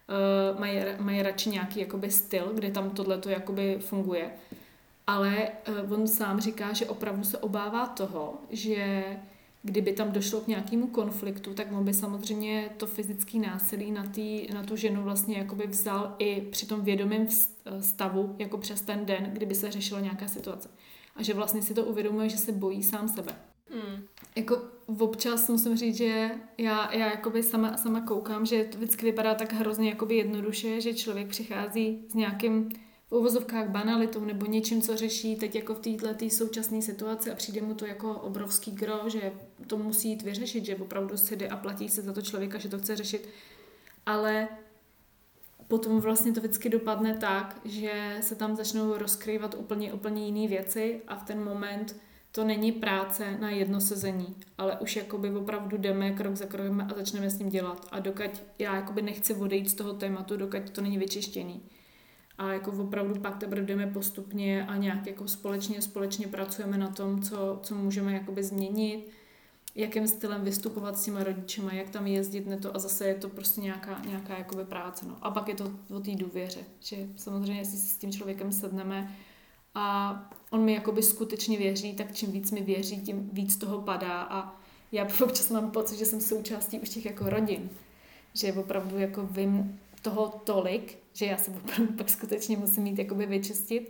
mají radši nějaký jakoby styl, kde tam tohleto jakoby funguje. Ale on sám říká, že opravdu se obává toho, že kdyby tam došlo k nějakému konfliktu, tak on by samozřejmě to fyzické násilí na tu ženu vlastně jakoby vzal i při tom vědomém stavu, jako přes ten den, kdyby se řešila nějaká situace. A že vlastně si to uvědomuje, že se bojí sám sebe. Jako občas musím říct, že já jakoby sama koukám, že to vždycky vypadá tak hrozně jakoby jednoduše, že člověk přichází s nějakým v uvozovkách banalitou nebo něčím, co řeší teď jako v této současné situaci a přijde mu to jako obrovský gro, že to musí jít vyřešit, že opravdu si jde a platí se za to člověka, že to chce řešit. Ale potom vlastně to vždycky dopadne tak, že se tam začnou rozkrývat úplně jiné věci a v ten moment to není práce na jedno sezení, ale už jakoby opravdu jdeme krok za krokem a začneme s tím dělat. A dokud já jakoby nechci odejít z toho tématu, dokud to není vyčištěný. A jako opravdu pak teprve jdeme postupně a nějak jako společně pracujeme na tom, co můžeme jakoby změnit, jakým stylem vystupovat s těma rodičema, jak tam jezdit, a zase je to prostě nějaká jakoby práce. No. A pak je to o té důvěře, že samozřejmě, jestli si s tím člověkem sedneme a on mi jakoby skutečně věří, tak čím víc mi věří, tím víc toho padá a já občas mám pocit, že jsem součástí už těch jako rodin, že opravdu jako vím toho tolik, že já se opravdu pak skutečně musím mít jakoby vyčistit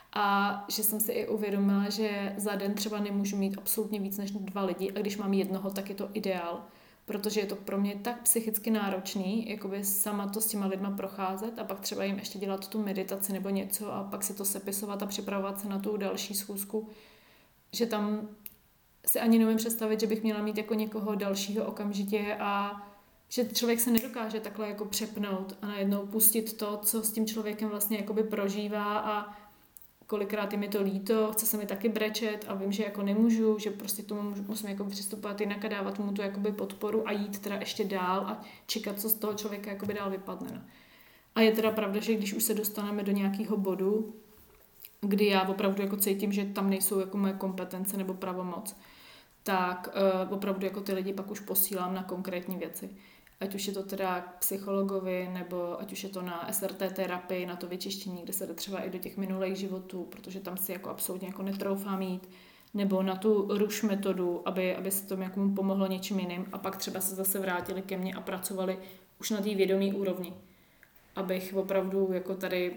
a že jsem si i uvědomila, že za den třeba nemůžu mít absolutně víc než 2 lidi a když mám jednoho, tak je to ideál, protože je to pro mě tak psychicky náročný, jakoby sama to s těma lidma procházet a pak třeba jim ještě dělat tu meditaci nebo něco a pak si to sepisovat a připravovat se na tu další schůzku, že tam si ani neumím představit, že bych měla mít jako někoho dalšího okamžitě a že člověk se nedokáže takhle jako přepnout a najednou pustit to, co s tím člověkem vlastně jakoby prožívá a kolikrát je mi to líto, chce se mi taky brečet a vím, že jako nemůžu, že prostě k tomu musím jako přistupovat jinak a dávat mu tu jakoby podporu a jít teda ještě dál a čekat, co z toho člověka jakoby dál vypadne. No. A je teda pravda, že když už se dostaneme do nějakého bodu, kdy já opravdu jako cítím, že tam nejsou jako moje kompetence nebo pravomoc, tak opravdu jako ty lidi pak už posílám na konkrétní věci. Ať už je to teda k psychologovi, nebo ať už je to na SRT terapii, na to vyčištění, kde se jde třeba i do těch minulých životů, protože tam si jako absolutně jako netroufám jít, nebo na tu ruš metodu, aby se tomu jako pomohlo něčím jiným a pak třeba se zase vrátili ke mně a pracovali už na té vědomí úrovni. Abych opravdu jako tady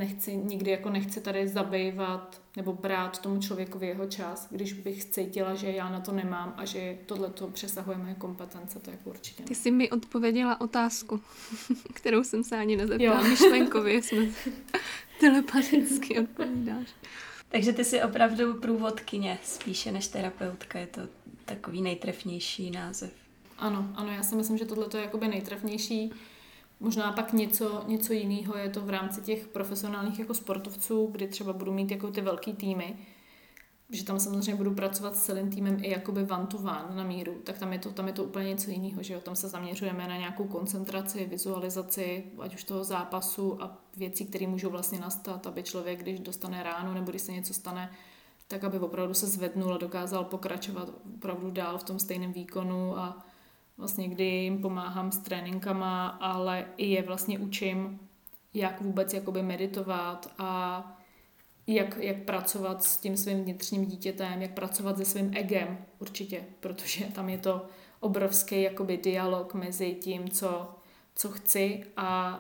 nechci tady zabývat nebo brát tomu člověkovi jeho čas, když bych cítila, že já na to nemám a že tohleto přesahuje moje kompetence, to jako určitě. Ty jsi mi odpověděla otázku, kterou jsem se ani nezeptala. Myšlenkově jsme Telepaticky odpovídáš. Takže ty jsi opravdu průvodkyně spíše než terapeutka, je to takový nejtrefnější název. Ano, já si myslím, že tohle je jakoby nejtrefnější. Možná pak něco jiného je to v rámci těch profesionálních jako sportovců, kdy třeba budu mít jako ty velký týmy, že tam samozřejmě budu pracovat s celým týmem i jakoby one to one na míru, tak tam je to úplně něco jiného, že jo, tam se zaměřujeme na nějakou koncentraci, vizualizaci, ať už toho zápasu a věcí, které můžou vlastně nastat, aby člověk, když dostane ránu nebo když se něco stane, tak aby opravdu se zvednul a dokázal pokračovat opravdu dál v tom stejném výkonu a vlastně kdy jim pomáhám s tréninkama, ale i je vlastně učím, jak vůbec jakoby meditovat a jak pracovat s tím svým vnitřním dítětem, jak pracovat se svým egem určitě, protože tam je to obrovský jakoby dialog mezi tím, co chci a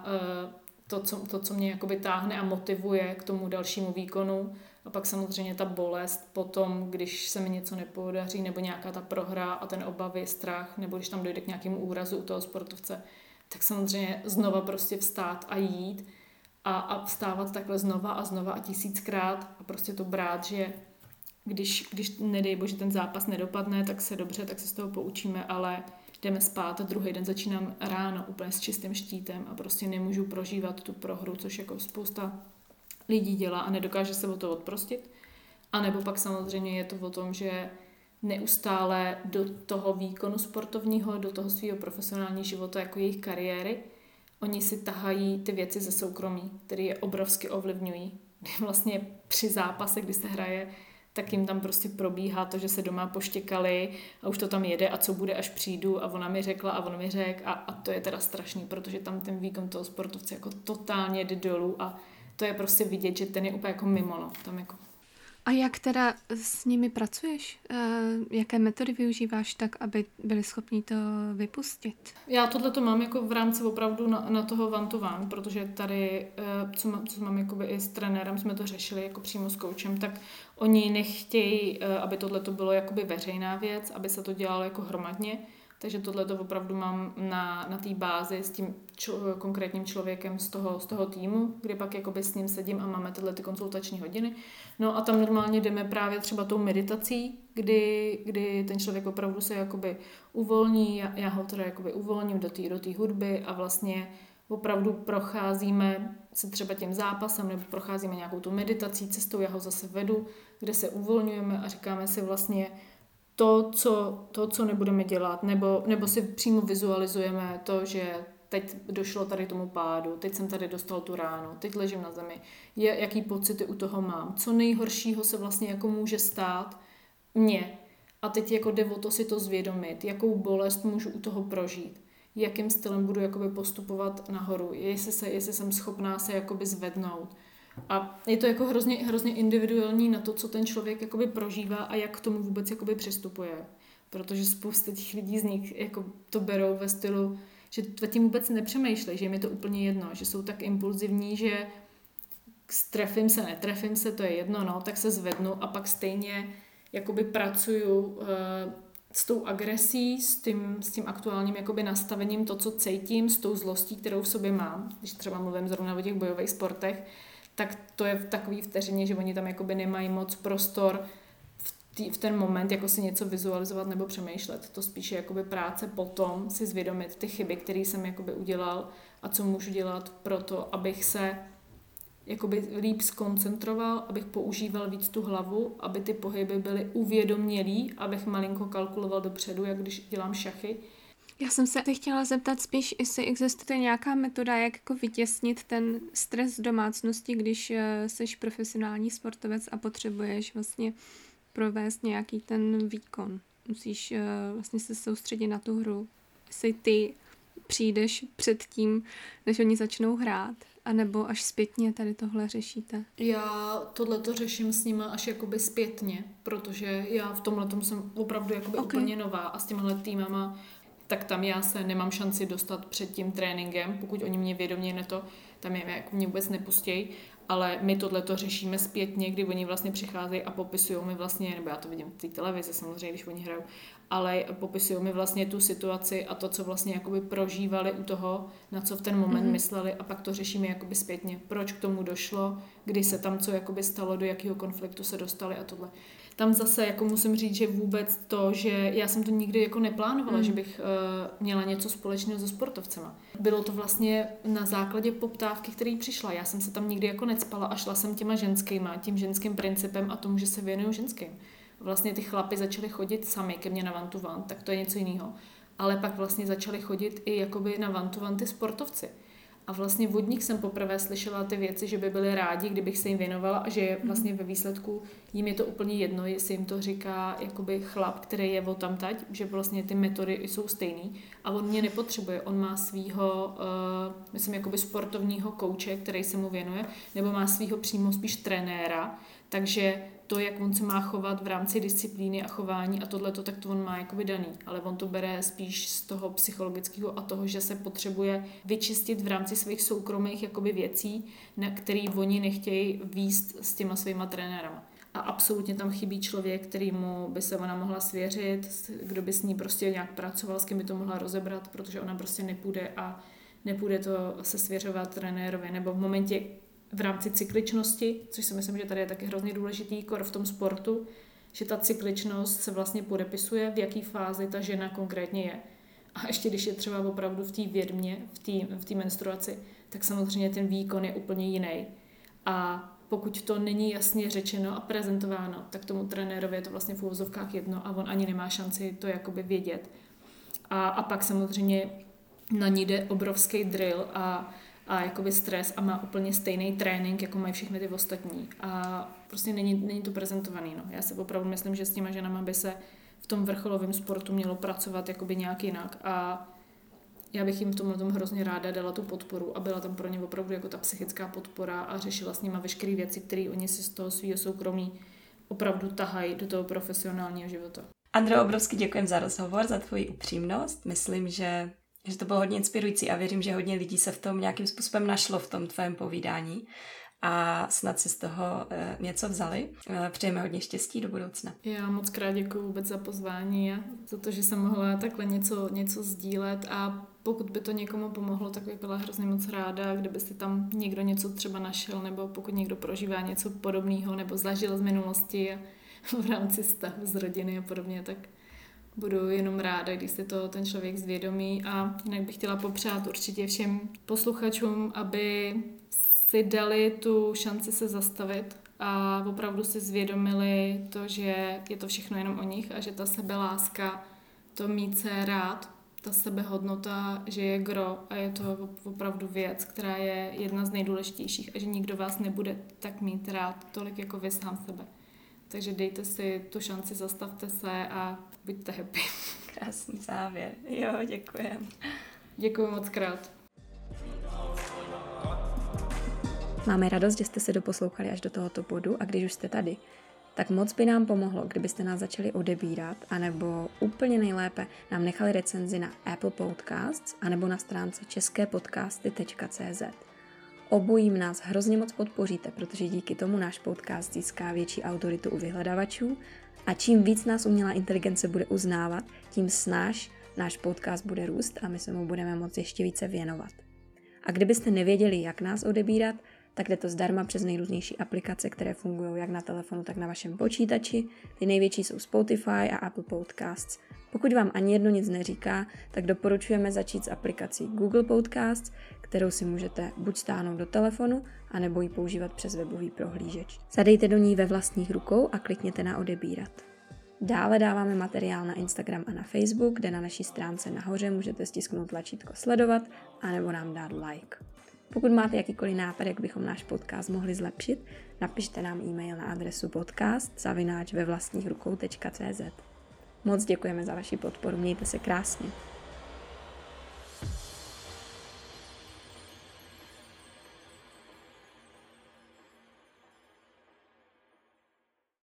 to, co mě jakoby táhne a motivuje k tomu dalšímu výkonu. A pak samozřejmě ta bolest potom, když se mi něco nepodaří, nebo nějaká ta prohra a ten obavy, strach, nebo když tam dojde k nějakému úrazu u toho sportovce, tak samozřejmě znova prostě vstát a jít a vstávat takhle znova a 1000krát a prostě to brát, že když nedej bože ten zápas nedopadne, tak se dobře, tak se z toho poučíme, ale jdeme spát a druhý den začínám ráno úplně s čistým štítem a prostě nemůžu prožívat tu prohru, což jako spousta lidí dělá a nedokáže se o to odprostit. A nebo pak samozřejmě je to o tom, že neustále do toho výkonu sportovního, do toho svého profesionálního života, jako jejich kariéry, oni si tahají ty věci ze soukromí, které je obrovsky ovlivňují. Kdy vlastně při zápase, kdy se hraje, tak jim tam prostě probíhá to, že se doma poštěkali a už to tam jede a co bude, až přijdu a ona mi řekla a on mi řekl a to je teda strašný, protože tam ten výkon toho sportovce jako totálně jde dolů a to je prostě vidět, že ten je úplně jako mimo, no. Tam jako... A jak teda s nimi pracuješ? Jaké metody využíváš tak, aby byli schopni to vypustit? Já tohleto mám jako v rámci opravdu na toho one to one, protože tady, co mám jakoby i s trenérem, jsme to řešili jako přímo s koučem, tak oni nechtějí, aby tohleto bylo jakoby veřejná věc, aby se to dělalo jako hromadně, takže tohleto opravdu mám na té bázi s tím konkrétním člověkem z toho týmu, kde pak jakoby s ním sedím a máme tyhle ty konzultační hodiny. No a tam normálně jdeme právě třeba tou meditací, kdy ten člověk opravdu se jakoby uvolní, já ho teda jakoby uvolním do té hudby a vlastně opravdu procházíme se třeba tím zápasem nebo procházíme nějakou tu meditací cestou, já ho zase vedu, kde se uvolňujeme a říkáme si vlastně to, co nebudeme dělat, nebo si přímo vizualizujeme to, že teď došlo tady tomu pádu, teď jsem tady dostal tu ránu, teď ležím na zemi, jaký pocity u toho mám, co nejhoršího se vlastně jako může stát mně. A teď jako jde o to si to zvědomit, jakou bolest můžu u toho prožít, jakým stylem budu jakoby postupovat nahoru, jestli jsem schopná se jakoby zvednout. A je to jako hrozně individuální na to, co ten člověk jakoby prožívá a jak k tomu vůbec jakoby přistupuje. Protože spousta těch lidí z nich jako to berou ve stylu, že tím vůbec nepřemýšlej, že jim je to úplně jedno, že jsou tak impulzivní, že trefím se, netrefím se, to je jedno, no, tak se zvednu a pak stejně jakoby pracuju s tou agresí, s tím aktuálním jakoby nastavením, to, co cítím, s tou zlostí, kterou v sobě mám, když třeba mluvím zrovna o těch bojových sportech, tak to je v takový vteřině, že oni tam jakoby nemají moc prostor v ten moment jako si něco vizualizovat nebo přemýšlet. To spíše jakoby práce potom si zvědomit ty chyby, které jsem jakoby udělal a co můžu dělat pro to, abych se jakoby líp skoncentroval, abych používal víc tu hlavu, aby ty pohyby byly uvědomělý, abych malinko kalkuloval dopředu, jak když dělám šachy. Já jsem se chtěla zeptat spíš, jestli existuje nějaká metoda, jak jako vytěsnit ten stres z domácnosti, když jsi profesionální sportovec a potřebuješ vlastně provést nějaký ten výkon. Musíš vlastně se soustředit na tu hru. Jestli ty přijdeš před tím, než oni začnou hrát, anebo až zpětně tady tohle řešíte? Já tohleto řeším s nima až jakoby zpětně, protože já v tomhletom jsem opravdu jakoby úplně nová a s těmhle týmama tak tam já se nemám šanci dostat před tím tréninkem, pokud oni mě vědomě tam je jako mě vůbec nepustějí, ale my tohleto řešíme zpětně, kdy oni vlastně přicházejí a popisují mi vlastně, nebo já to vidím v té televizi samozřejmě, když oni hrajou, ale popisují mi vlastně tu situaci a to, co vlastně jakoby prožívali u toho, na co v ten moment mysleli a pak to řešíme jakoby zpětně. Proč k tomu došlo, kdy se tam co jakoby stalo, do jakého konfliktu se dostali a tohle. Tam zase jako musím říct, že vůbec to, že já jsem to nikdy jako neplánovala, že bych měla něco společného se sportovcema. Bylo to vlastně na základě poptávky, který přišla. Já jsem se tam nikdy jako necpala a šla jsem těma ženskýma, tím ženským principem a tomu, že se věnuju ženským. Vlastně ty chlapy začaly chodit sami ke mně na one to one, tak to je něco jiného. Ale pak vlastně začaly chodit i jakoby na one to one ty sportovci. A vlastně od nich jsem poprvé slyšela ty věci, že by byli rádi, kdybych se jim věnovala a že vlastně ve výsledku jim je to úplně jedno, jestli jim to říká jakoby chlap, který je odtamtať, že vlastně ty metody jsou stejný a on mě nepotřebuje, on má svýho, myslím, jakoby sportovního kouče, který se mu věnuje, nebo má svýho přímo spíš trenéra, takže to, jak on se má chovat v rámci disciplíny a chování a tohleto, tak to on má jakoby daný, ale on to bere spíš z toho psychologického a toho, že se potřebuje vyčistit v rámci svých soukromých jakoby věcí, na který oni nechtějí vést s těma svýma trenérama. A absolutně tam chybí člověk, kterýmu by se ona mohla svěřit, kdo by s ní prostě nějak pracoval, s kým by to mohla rozebrat, protože ona prostě nepůjde a nepůjde to se svěřovat trenérovi, nebo v momentě v rámci cykličnosti, což si myslím, že tady je taky hrozně důležitý kor v tom sportu, že ta cykličnost se vlastně podepisuje, v jaký fázi ta žena konkrétně je. A ještě když je třeba opravdu v té vědmě, v té menstruaci, tak samozřejmě ten výkon je úplně jiný. A pokud to není jasně řečeno a prezentováno, tak tomu trenérovi je to vlastně v uvozovkách jedno a on ani nemá šanci to jakoby vědět. A pak samozřejmě na ní jde obrovský drill a jakoby stres a má úplně stejný trénink, jako mají všechny ty ostatní. A prostě není to prezentovaný. No. Já si opravdu myslím, že s těma ženama by se v tom vrcholovém sportu mělo pracovat jakoby nějak jinak. A já bych jim v tomhle hrozně ráda dala tu podporu a byla tam pro ně opravdu jako ta psychická podpora a řešila s nima veškeré věci, které oni si z toho svého soukromí opravdu tahají do toho profesionálního života. Andro, obrovsky děkujem za rozhovor, za tvoji upřímnost. Myslím, že to bylo hodně inspirující a věřím, že hodně lidí se v tom nějakým způsobem našlo v tom tvém povídání a snad si z toho něco vzali. Přejeme hodně štěstí do budoucna. Já moc krát děkuji vůbec za pozvání a za to, že jsem mohla takhle něco sdílet a pokud by to někomu pomohlo, tak bych byla hrozně moc ráda, kdybyste tam někdo něco třeba našel nebo pokud někdo prožívá něco podobného nebo zažil z minulosti a v rámci vztahu z rodiny a podobně, tak budu jenom ráda, když si to ten člověk zvědomí a jinak bych chtěla popřát určitě všem posluchačům, aby si dali tu šanci se zastavit a opravdu si zvědomili to, že je to všechno jenom o nich a že ta sebeláska, to mít se rád, ta sebehodnota, že je gro a je to opravdu věc, která je jedna z nejdůležitějších a že nikdo vás nebude tak mít rád tolik jako vy sám sebe. Takže dejte si tu šanci, zastavte se a buďte happy. Krásný závěr. Jo, děkujem. Děkuji moc krát. Máme radost, že jste se doposlouchali až do tohoto bodu a když už jste tady, tak moc by nám pomohlo, kdybyste nás začali odebírat, anebo úplně nejlépe nám nechali recenzi na Apple Podcasts, anebo na stránce česképodcasty.cz. Obojím nás hrozně moc podpoříte, protože díky tomu náš podcast získá větší autoritu u vyhledavačů a čím víc nás umělá inteligence bude uznávat, tím snáš náš podcast bude růst a my se mu budeme moct ještě více věnovat. A kdybyste nevěděli, jak nás odebírat, tak jde to zdarma přes nejrůznější aplikace, které fungují jak na telefonu, tak na vašem počítači. Ty největší jsou Spotify a Apple Podcasts. Pokud vám ani jedno nic neříká, tak doporučujeme začít s aplikací Google Podcasts, kterou si můžete buď stáhnout do telefonu, anebo ji používat přes webový prohlížeč. Zadejte do ní ve vlastních rukou a klikněte na odebírat. Dále dáváme materiál na Instagram a na Facebook, kde na naší stránce nahoře můžete stisknout tlačítko sledovat, anebo nám dát like. Pokud máte jakýkoliv nápad, jak bychom náš podcast mohli zlepšit, napište nám e-mail na adresu podcast@vevlastnichrukou.cz. Moc děkujeme za vaši podporu, mějte se krásně.